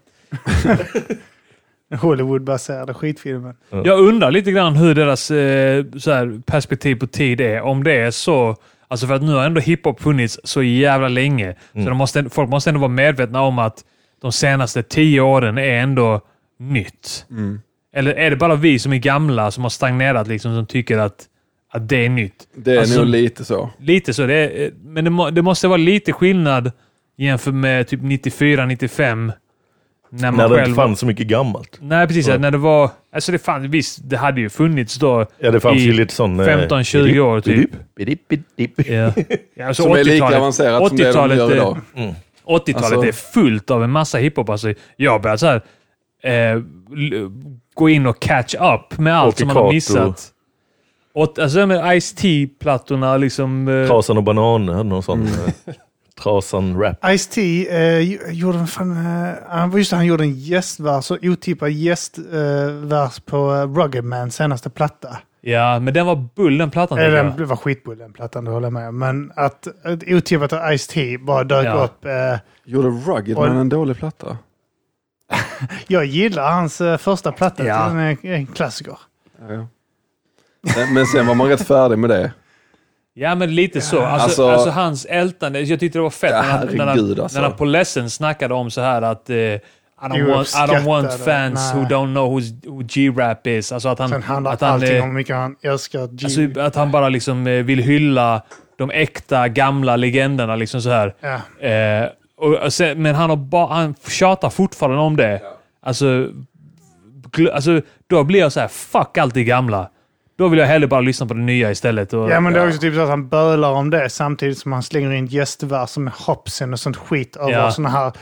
Hollywood-baserade skitfilmen. Jag undrar lite grann hur deras så här, perspektiv på tid är. Om det är så, alltså för att nu har ändå hiphop funnits så jävla länge. Så folk måste ändå vara medvetna om att de senaste 10 åren är ändå nytt. Eller är det bara vi som är gamla som har stagnerat liksom, som tycker att det är nytt? Det är alltså, nog lite så. Lite så. Men det måste vara lite skillnad jämfört med typ 94-95. När det inte fanns så mycket gammalt. Nej, precis. När det var... Alltså visst, det hade ju funnits då. Ja, det fanns ju lite sån... 15-20 år typ. Ja, alltså som är lika avancerat som det de gör idag. 80-talet alltså, är fullt av en massa hiphop. Alltså, jag började så här... gå in och catch up med allt som man har missat. Alltså med Ice-T-plattorna liksom... Trasan och bananer hade någon sån... Trasan rap. Ice-T gjorde han gjorde en gästvers och otippad gästvers på Ruggedmans senaste platta. Ja, men den var bull den plattan. Det var skitbull den plattan, det håller jag med. Men att otippat Ice-T bara dök upp. Gjorde Ruggedman en dålig platta? Jag gillar hans första platta. Den är en klassiker. Ja. Men sen var man rätt färdig med det. Ja, men lite så. Alltså hans ältande, jag tyckte det var fett när han på Lesson snackade om så här att I don't want fans who don't know who G-rap is. Alltså att han... Sen handlar allting om hur mycket han älskar G. Alltså att han bara liksom vill hylla de äkta gamla legenderna liksom så här. Ja. Men han tjatar fortfarande om det. Ja. Alltså då blir jag så här, fuck allt det gamla. Då vill jag hellre bara lyssna på det nya istället. Ja, men det är också typ så att han bölar om det samtidigt som han slänger in gästverser med hopsen och sånt skit över såna här...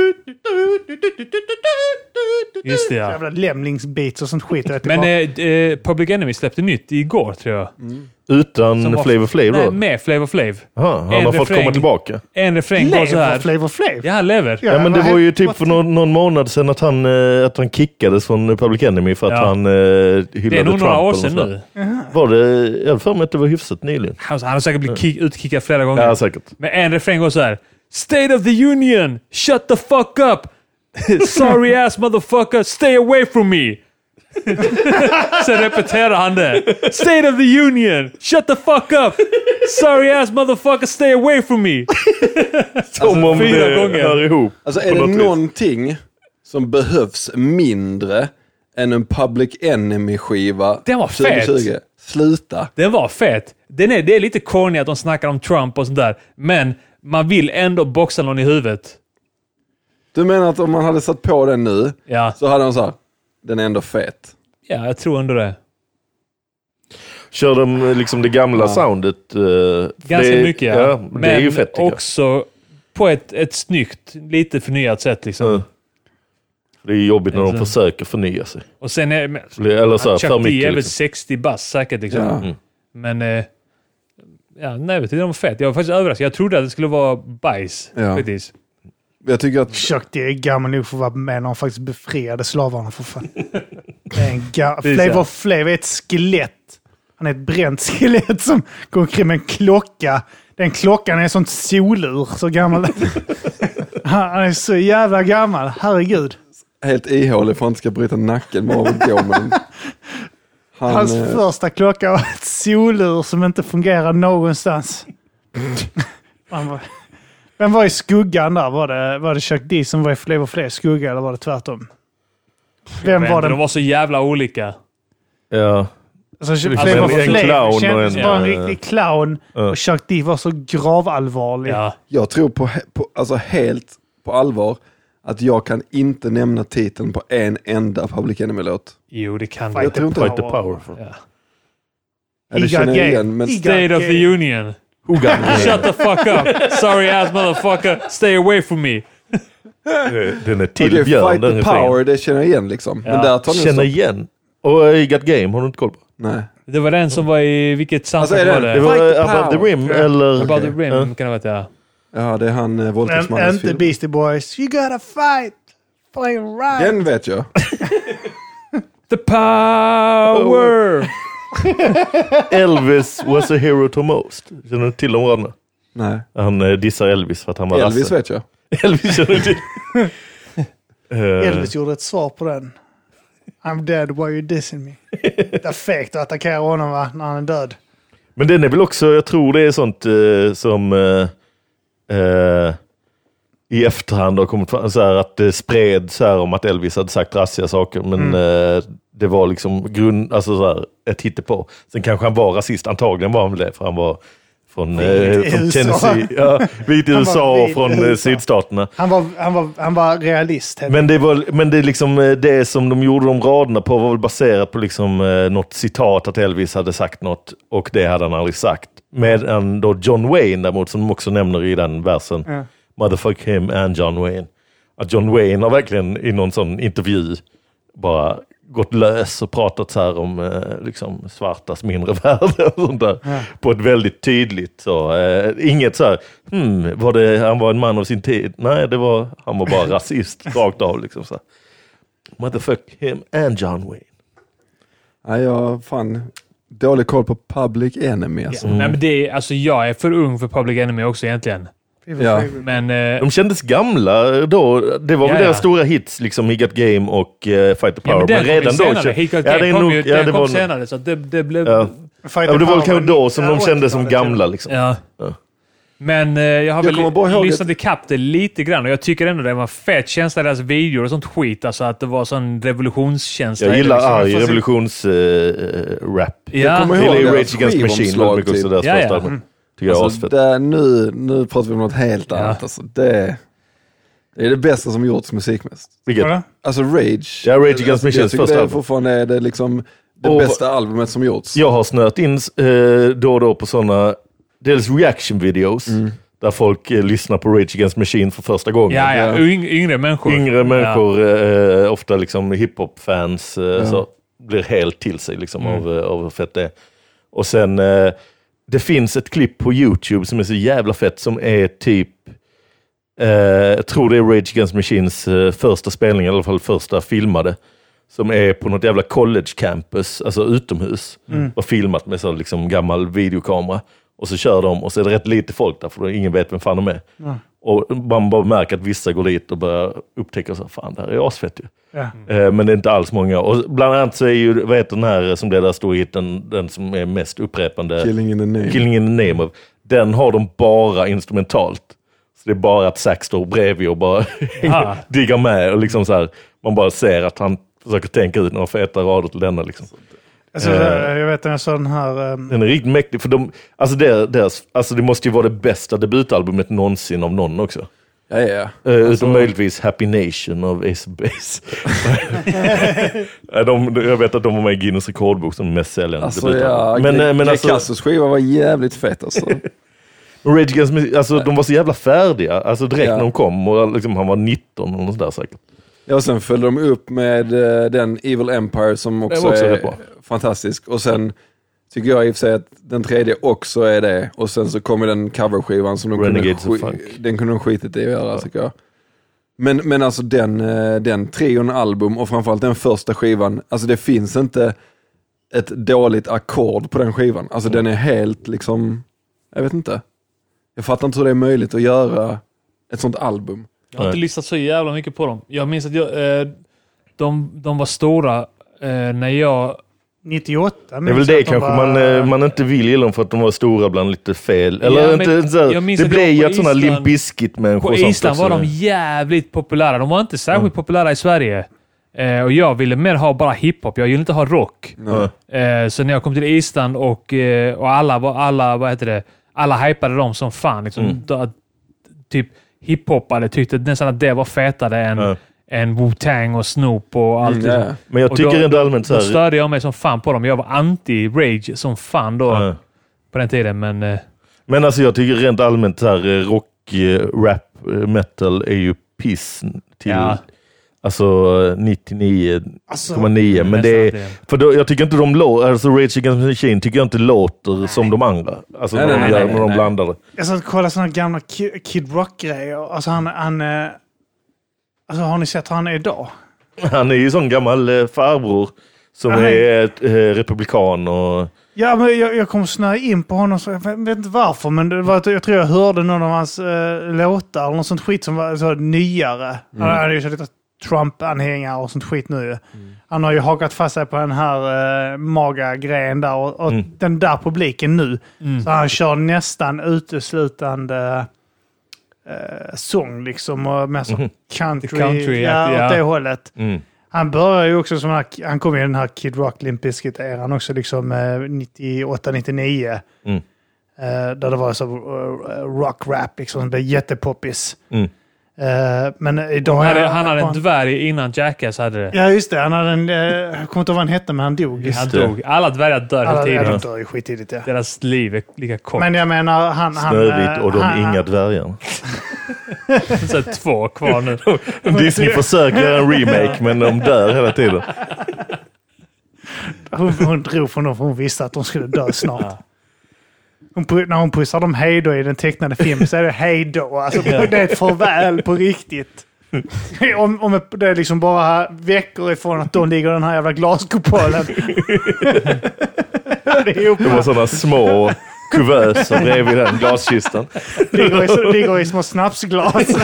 Just det, ja. Jävla lämlingsbeats och sånt skit. Men Public Enemy släppte nytt igår, tror jag. Utan Flavor Flav då? Nej, med Flavor Flav. Han har fått komma tillbaka. En refräng går så här. Flavor Flav? Ja, han lever. Ja, men det var ju typ för någon månad sedan att han kickades från Public Enemy för att han hyllade Trump. Det är nog några år sedan nu. Var det? Jag för mig att det var hyfsat nyligen. Han har säkert blivit utkickad flera gånger. Ja, säkert. Men en refräng går så här. State of the Union! Shut the fuck up! Sorry ass motherfucker! Stay away from me! Sen repeterar han det. State of the Union! Shut the fuck up! Sorry ass motherfucker! Stay away from me! Som om 4 gånger hör ihop. Alltså är det någonting som behövs mindre än en Public Enemy-skiva? Den var 2020. fet. Sluta. Den var fet. Det är lite corny att de snackar om Trump och sånt där. Men man vill ändå boxa någon i huvudet. Du menar att om man hade satt på den nu så hade de så här, den är ändå fet. Ja, jag tror ändå det. Kör de liksom det gamla soundet? Ganska mycket, ja. Men det är ju fett, också på ett snyggt, lite förnyat sätt liksom. Det är jobbigt när de försöker förnya sig. Och sen är eller så Chuck för mycket, D är väl liksom. 60 bass säkert liksom. Men nej, vet du, de var fett. Jag var faktiskt överraskad. Jag trodde att det skulle vara bajs. Faktiskt. Jag tycker att Chuck D är gammal nog för att vara med när de faktiskt befriade slavarna för fan. Flavor Flav är ett skelett. Han är ett bränt skelett som går omkring med en klocka. Den klockan är sånt solur, så gammal. Han är så jävla gammal, herregud. Helt ihålig för att han ska bryta nacken med av att gå med den. Hans första klocka var ett solur som inte fungerar någonstans. Vem var i skuggan där? Var det Chuck D som var i fler skugga eller var det tvärtom? Vem var det? De var så jävla olika. Ja. Alltså, en clown kändes bara en riktig clown och Chuck D var så gravallvarlig. Ja. Jag tror på alltså helt på allvar att jag kan inte nämna titeln på en enda Public Enemy-låt. Jo, det kan Fight du. tror inte Fight the power. Ja. Det känner jag igen, men State of the Union. Shut the fuck up. Sorry ass motherfucker. Stay away from me. Den är till okay, Björn. Fight Den the power, det känner jag igen liksom. Ja. Men där tar känner igen. Och I Got Game har du inte koll på? Nej. Det var den som var i vilket soundtrack Alltså, var Det det? var Fight the Above the Power. Rim eller... About the Rim kan det vara, ja. Ja, det är han våldtäktsmannens Inte film. Beastie Boys. You gotta fight. Fucking right. Den vet jag. The power! Elvis was a hero to most. Känner du till de raderna? Nej. Han dissar Elvis för att han var Elvis rasse. vet jag. Elvis känner du till. Elvis gjorde ett svar på den. I'm dead, why are you dissing me? Det är fegt att attackera honom va, när han är död. Men den är väl också, jag tror det är sånt som i efterhand har kommit fram så här att det spred så här om att Elvis hade sagt rassiga saker, men det var liksom alltså så här, ett hittepå. Sen kanske han var rasist, antagligen var han det, för han var från Tennessee, vit i USA och från sydstaterna. Han var realist. Men det liksom det som de gjorde de raderna på var väl baserat på liksom något citat att Elvis hade sagt något och det hade han aldrig sagt. Medan då John Wayne däremot, som de också nämner i den versen, motherfuck him and John Wayne. Att John Wayne har verkligen i någon sån intervju bara gått lös och pratat så här om liksom svartas mindre värde och sånt där. På ett väldigt tydligt så. Inget så här, han var en man av sin tid. Nej, han var bara rasist rakt av liksom så här. Motherfuck him and John Wayne. Nej, jag fan dålig koll på Public Enemy alltså. Nej, men det är, alltså jag är för ung för Public Enemy också egentligen. Ja. Men De kändes gamla då. Det var väl deras stora hits liksom, He Got Game och Fight the Power. men redan då det kom var senare så att det blev det var kanske då som de kändes som gamla liksom. Ja. Men jag har väl lyssnat i kapp det lite grann och jag tycker ändå det var fett känsla i deras videor och sånt skit, alltså att det var sån revolutionskänsla. Jag gillar liksom. revolutionsrap. Jag kommer ihåg Rage deras Against Machine var mycket också deras första album. Tycker jag alltså, nu pratar vi om något helt annat. Alltså, det är det bästa som gjorts musikmässigt. Vilket? Alltså Rage. Ja, Rage Against Machines första album. Fortfarande är det liksom det bästa albumet som gjorts. Jag har snöat in då och då på sådana dels reaction videos där folk lyssnar på Rage Against Machine för första gången. Yngre människor. Yngre människor, ofta liksom hiphop-fans så blir helt till sig liksom av hur fett det är. Och sen det finns ett klipp på YouTube som är så jävla fett som är typ jag tror det är Rage Against Machines första spelning, i alla fall första filmade, som är på något jävla college campus, alltså utomhus, och filmat med så liksom gammal videokamera. Och så kör de och så är det rätt lite folk där, för ingen vet vem fan de är. Och man bara märker att vissa går dit och börjar upptäcka så fan, det här är asfett ju. Men det är inte alls många. Och bland annat så är ju, vad heter den här som det där står i den som är mest upprepande, Killing in the Name of. Den har de bara instrumentalt. Så det är bara att Zack står bredvid och bara diggar med och liksom så här, man bara ser att han försöker tänka ut några feta rader till denna liksom. Alltså, jag vet en sån här... Den är riktigt mäktig, för alltså det måste ju vara det bästa debutalbumet någonsin av någon också. Ja. Utom möjligtvis Happy Nation av Ace of Base. Jag vet att de var med i Guinness rekordbok som mest säljande debutalbum. Men alltså, Cassos skiva var jävligt fett alltså. Rage Against, alltså de var så jävla färdiga, alltså direkt när de kom, och liksom, han var 19 och något där säkert. Ja, och sen följde de upp med den Evil Empire som också är fantastisk. Och sen tycker jag i och för sig att den tredje också är det. Och sen så kommer den coverskivan som den kunde de skitit i att göra, tycker jag. Men alltså den trion album och framförallt den första skivan, alltså det finns inte ett dåligt ackord på den skivan. Alltså den är helt liksom, jag vet inte. Jag fattar inte hur det är möjligt att göra ett sånt album. Jag har inte lyssnat så jävla mycket på dem. Jag minns att de var stora när jag... 98. Det är väl det kanske man inte vill gilla dem för att de var stora bland lite fel. Eller Ja, inte så här, det blev ju ett sådana Limp Bizkit-människor. På Island var de jävligt populära. De var inte särskilt populära i Sverige. Och jag ville mer ha bara hiphop. Jag ville inte ha rock. Så när jag kom till Island och alla vad heter det? Alla hypade dem som fan. Liksom, typ hiphopade tyckte nästan att det var fetare än Wu-Tang och Snoop och allt. Men jag tycker ändå allmänt så här... Då störde jag mig som fan på dem. Jag var anti-rage som fan då på den tiden. Men alltså jag tycker rent allmänt så här rock, rap, metal är ju piss till... Alltså 99,9. Men det är... För då, jag tycker inte de låter... Alltså Rage Against the Machine tycker jag inte låter som de andra. Alltså när de blandar det. Jag satt och kollade sådana gamla Kid Rock-grejer. Alltså han alltså har ni sett hur han är idag? Han är ju sån gammal farbror som är republikan och... Ja, men jag kom snöa in på honom, så jag vet inte varför, men det var, jag tror jag hörde någon av hans låtar eller något sånt skit som var så nyare. Han hade ju så lite Trump-anhängare och sånt skit nu. Han har ju hakat fast sig på den här maga-grejen där och den där publiken nu. Så han kör nästan uteslutande sång liksom och med så country åt det hållet. Han börjar ju också som han kom i den här Kid Rock Limp Bizkit-eran också liksom 98-99 där det var så rock-rap liksom, det blev jättepoppis. Men idag han hade en dvärg innan Jackass hade det. Ja just det, han hade en jag kommer inte ihåg vad han hette, men han dog. Han dog. Alla dvärgar dör hela tiden. Alla dör ju skittidigt, ja. Deras liv är lika kort. Men jag menar Snövit och de inga dvärgar. Så 2 kvar nu. Disney försöker göra en remake, men de dör hela tiden. Hon drog från dem för hon visste att de skulle dö snart. När hon pussar dem hej då i den tecknade filmen så är det hej då. Alltså, det är ett farväl på riktigt. Om det är liksom bara veckor ifrån att de ligger i den här jävla glaskupolen. Det var sådana små kuvöser bredvid den glaskistan. Ligger i små snapsglas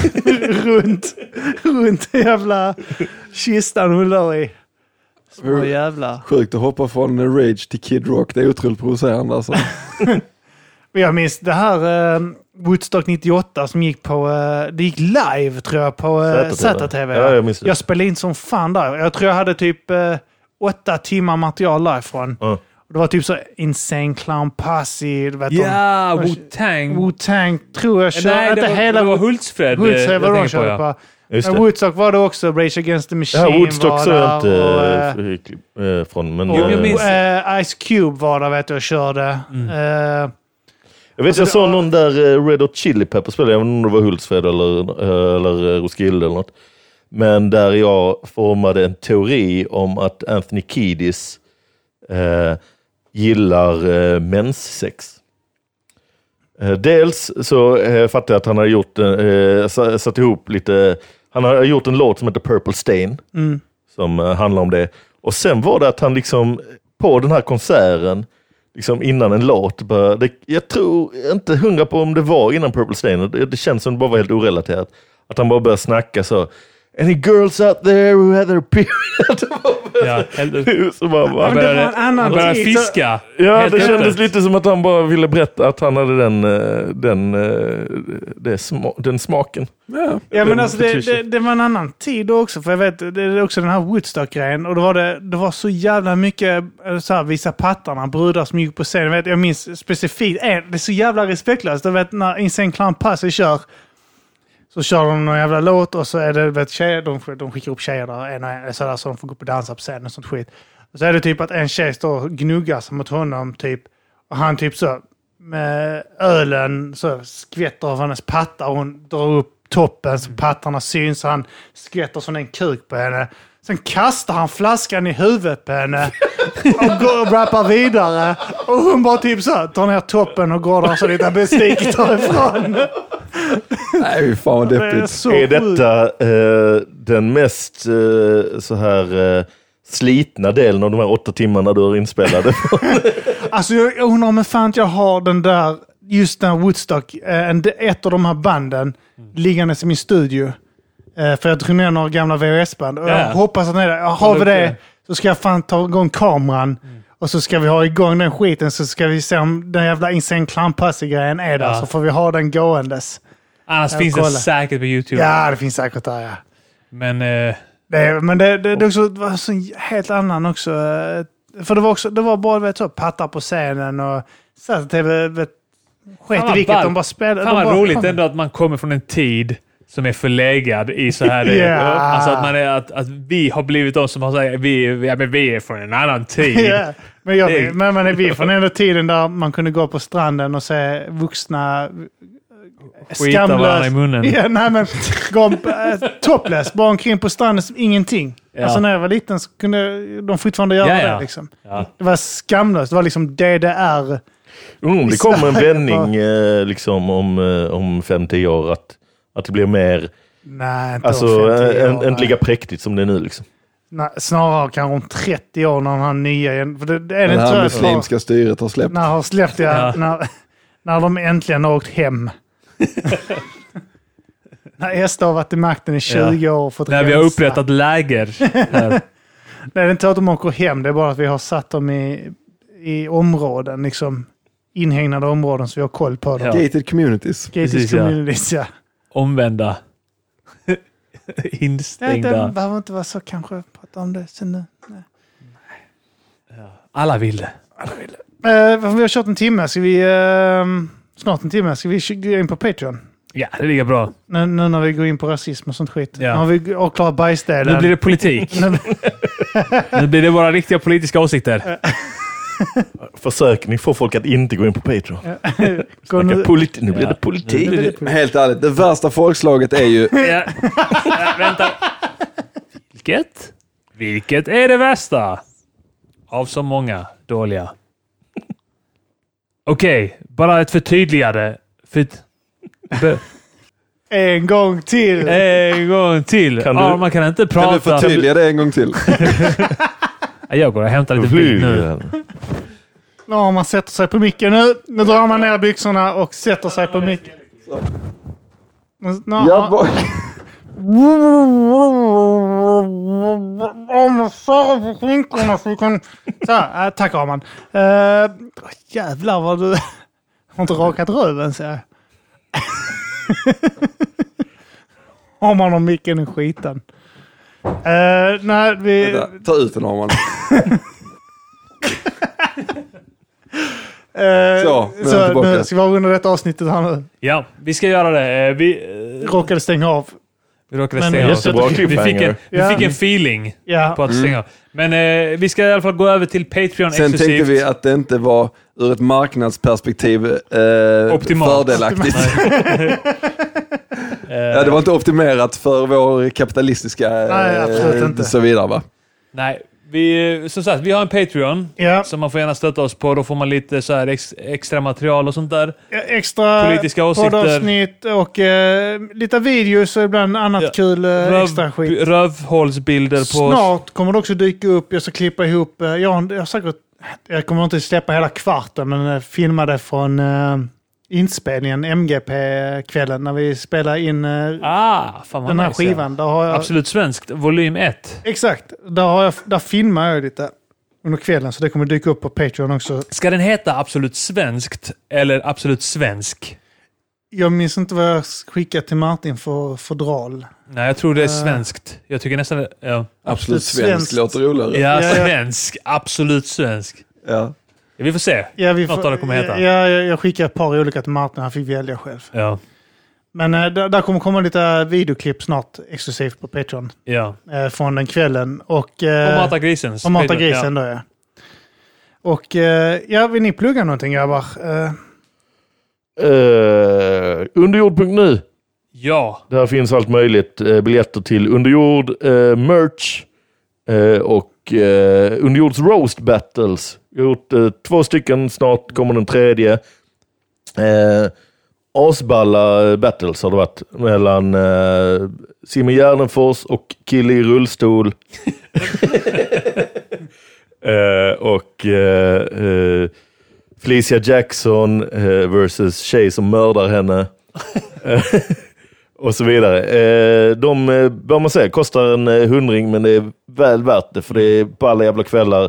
runt jävla kistan hon lör i. Små jävla. Sjukt att hoppa från Rage till Kid Rock. Det är otroligt provocerande alltså. Jag minns det här Woodstock 98 som gick på det gick live tror jag på ZTV. Ja, jag spelade in som fan där. Jag tror jag hade typ 8 timmar material live från. Det var typ så Insane Clown Posse, vet Wu-Tang tror jag körde. Nej, det var Hultsfred. Hultsfred var de körde på. Men Woodstock var det också, Rage Against the Machine. Ja, Woodstock så jag inte från. Men Ice Cube var där, vet jag körde. Jag vet, jag såg någon där Red Hot Chili Peppers spelade. Jag vet inte om det var Hultsfred eller Roskilde eller något. Men där jag formade en teori om att Anthony Kiedis gillar menssex. Dels så fattade jag att han har gjort satt ihop lite. Han har gjort en låt som heter Purple Stain som handlar om det. Och sen var det att han liksom på den här konserten liksom innan en låt började, jag tror inte 100 på om det var innan Purple Stain. Det känns som det bara var helt orelaterat. Att han bara började snacka så. Any girls out there who had their period? Ja, så han började fiska. Ja, det kändes lite som att han bara ville berätta att han hade den smaken. Ja, men alltså det var en annan tid också, för jag vet, det är också den här Woodstock-grejen, och det var så jävla mycket så här, vissa pattarna, brudar som gick på scenen. Jag minns specifikt, det är så jävla respektlöst. Jag vet, när Insane Clown Posse så kör de någon jävla låt och så är det tjejer, de skickar upp tjejer där, sådär, så de får gå upp och dansa på scenen och sånt skit. Och så är det typ att en tjej står och gnuggar sig mot honom typ, och han typ så med ölen så skvätter av hennes pattar och hon drar upp toppen så pattarna syns och han skvätter som en kuk på henne. Sen kastar han flaskan i huvudet på henne och går och rappar vidare. Och hon bara typ så tar ner toppen och går där så lite besviket därifrån. Nej, fan vad deppigt. Är detta den mest så här slitna delen av de här 8 timmarna du har inspelade? Alltså jag undrar om jag har den där, just den Woodstock, ett av de här banden liggande i min studio. För jag drog ner några gamla VHS-band. Och jag hoppas att har vi det så ska jag fan ta igång kameran. Och så ska vi ha igång den skiten, så ska vi se om den jävla Insane Clown-Posse-grejen är där. Så får vi ha den gåendes. Annars finns det säkert på YouTube. Ja, det finns säkert där, ja. Men det också var så helt annan också. För det var bara pattar på scenen och så TV sket i vilket de bara spelade. Fan vad roligt ändå att man kommer från en tid som är förlegad i så här. Alltså att man är att vi har blivit de som har sagt vi är från en annan tid. Yeah. Men man är vi från den tiden där man kunde gå på stranden och se vuxna skita varandra i munnen. Ja, nej, men gå topless, bara omkring på stranden som ingenting. Ja. Alltså när jag var liten så kunde de fortfarande göra det. Liksom. Ja. Det var skamlöst. Det var liksom DDR. Det kommer en vändning liksom om 5-10 år att det blir mer inte lika präktigt som det är nu liksom. Nej, snarare kanske om 30 år när den här nya för det är det här muslimska styret har släppt. När de äntligen har åkt hem. När SD har varit i makten i 20 år. När vi har upprättat läger. Det är inte att de åker hem, det är bara att vi har satt dem i områden, liksom inhägnade områden så vi har koll på dem. Gated communities. Communities, ja. Omvända. Instängda. Det behöver inte vara så kanske prata om det sen nu. Nej. Alla vill det. Vi har kört en timme, ska vi snart en timme, ska vi gå in på Patreon? Ja, det ligger bra. Nu när vi går in på rasism och sånt skit. Ja. Nu har vi avklarat bajsdelen. Nu blir det politik. Nu blir det våra riktiga politiska åsikter. Försök ni få folk att inte gå in på Patreon. Nu blir det politik. Helt ärligt, det värsta folkslaget är ju... Vänta. Vilket är det värsta? Av så många dåliga. Okej, bara ett förtydligande. En gång till. Man kan inte prata. Kan du förtydliga det en gång till? Jag går och hämtar lite bil nu. Ja, man sätter sig på micken nu. Nu drar man ner byxorna och sätter sig på micken. Tack Arman. Jävlar vad du har inte rakat röven, säger jag. Har man om micken i skiten. Ta ut den, Arman. Så nu ska vi avrunda detta avsnittet här nu. Ja, vi ska göra det. Vi råkade stänga av. Vi fick en feeling på att stänga av. Men vi ska i alla fall gå över till Patreon exklusivt. Sen tänkte vi att det inte var ur ett marknadsperspektiv fördelaktigt. Det var inte optimerat för vår kapitalistiska absolut inte. Så vidare, va? Nej, som sagt, vi har en Patreon som man får gärna stötta oss på. Då får man lite så här extra material och sånt där. Extra politiska åsikter. Poddavsnitt och lite videos och ibland annat kul extra skit. Rövhålsbilder på Snart kommer det också dyka upp. Jag ska klippa ihop. Jag kommer inte släppa hela kvarten, men filmade från inspelningen MGP-kvällen när vi spelar in den här skivan. Där har jag... Absolut svenskt, volym 1. Exakt, där filmar jag lite under kvällen, så det kommer dyka upp på Patreon också. Ska den heta Absolut svenskt eller Absolut svensk? Jag minns inte vad jag skickade till Martin för fodral. Nej, jag tror det är svenskt. Jag tycker nästan... Ja. Absolut svensk låter roligare. Ja, svensk. Absolut svensk. Ja. Vi får se. Något av det kommer heta. Jag skickade ett par olika till Martin. Han fick välja själv. Ja. Men där kommer komma lite videoklipp snart exklusivt på Patreon. Ja. Från den kvällen. Och Mata grisen. Och Mata grisen då, ja. Och vill ni plugga någonting, grabbar? Underjord.nu. Ja. Där finns allt möjligt. Biljetter till Underjord, merch och Underjords roast battles. Jag har gjort 2 stycken, snart kommer den 3:e. Asballa battles har det varit mellan Simon Gärdenfors och kille i rullstol. Och Felicia Jackson versus tjej som mördar henne. och så vidare. De, vad man säger, kostar en 100, men det är väl värt det, för det är på alla jävla kvällar.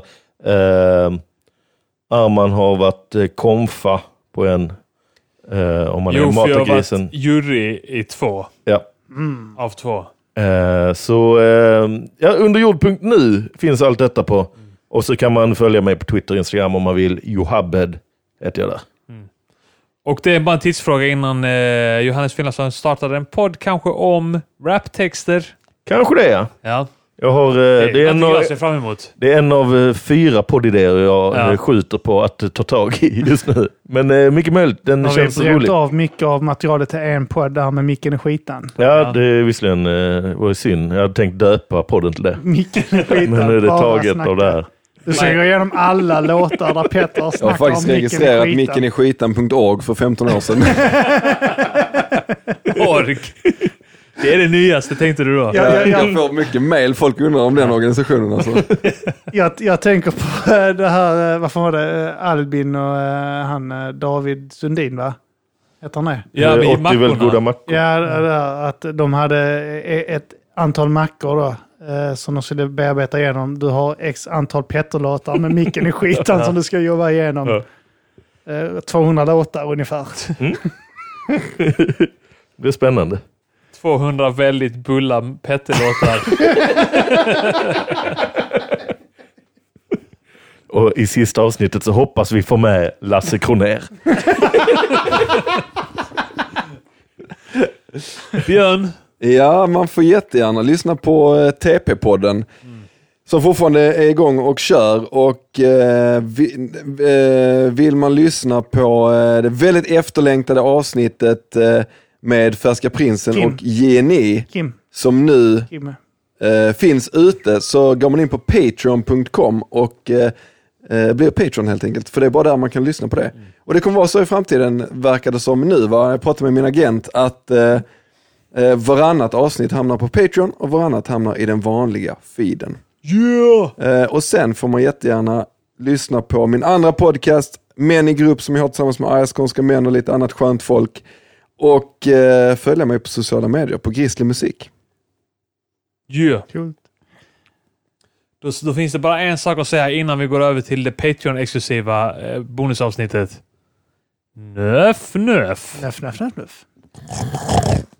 Arman har varit konfa på en, om man är mat och grisen. Jag har varit jury i 2. Ja. Av 2. Så underjord.nu finns allt detta på. Och så kan man följa mig på Twitter och Instagram om man vill. Johabed heter jag där. Och det är bara en tidsfråga innan Johannes Finlandsson startade en podd kanske om raptexter. Kanske det, ja. Jag har, det är en av 4 poddidéer jag skjuter på att ta tag i just nu. Men mycket möjligt, den känns rolig. Har vi av mycket av materialet till en podd där med Micken i skitan? Ja, det är visserligen var synd. Jag hade tänkt döpa podden till det. Micken i skitan. Men nu är det taget av det här. Du ska gå igenom alla låtar där Petter snackar om jag har faktiskt registrerat mickeniskitan.org för 15 år sedan. Org. Det är det nyaste, tänkte du då? Jag får mycket mail. Folk undrar om den organisationen. Alltså. jag tänker på det här, vad fan var det? Albin och han David Sundin, va? Heter han det? Ja, men 80 väl goda mackor. Ja, att de hade ett antal mackor då. Som de skulle bearbeta igenom. Du har x antal Petter-låtar med Micken i skitan som du ska jobba igenom. 200 låtar ungefär. Det är spännande. 200 väldigt bulla Petter-låtar. Och i sista avsnittet så hoppas vi få med Lasse Kroner. Björn? Ja, man får jättegärna lyssna på TP-podden som fortfarande är igång och kör. Och vill man lyssna på det väldigt efterlängtade avsnittet med Färska Prinsen och Jenny som nu finns ute, så går man in på patreon.com och blir Patreon helt enkelt. För det är bara där man kan lyssna på det. Och det kommer vara så i framtiden, verkar det som nu. Jag pratade med min agent att varannat avsnitt hamnar på Patreon och varannat hamnar i den vanliga feeden. Och sen får man jättegärna lyssna på min andra podcast, Män i grupp, som jag har tillsammans med Arias Skånska män och lite annat skönt folk. Och följa mig på sociala medier på Grizzly Musik. Cool. Då finns det bara en sak att säga innan vi går över till det Patreon-exklusiva bonusavsnittet. Nöff. Nöff.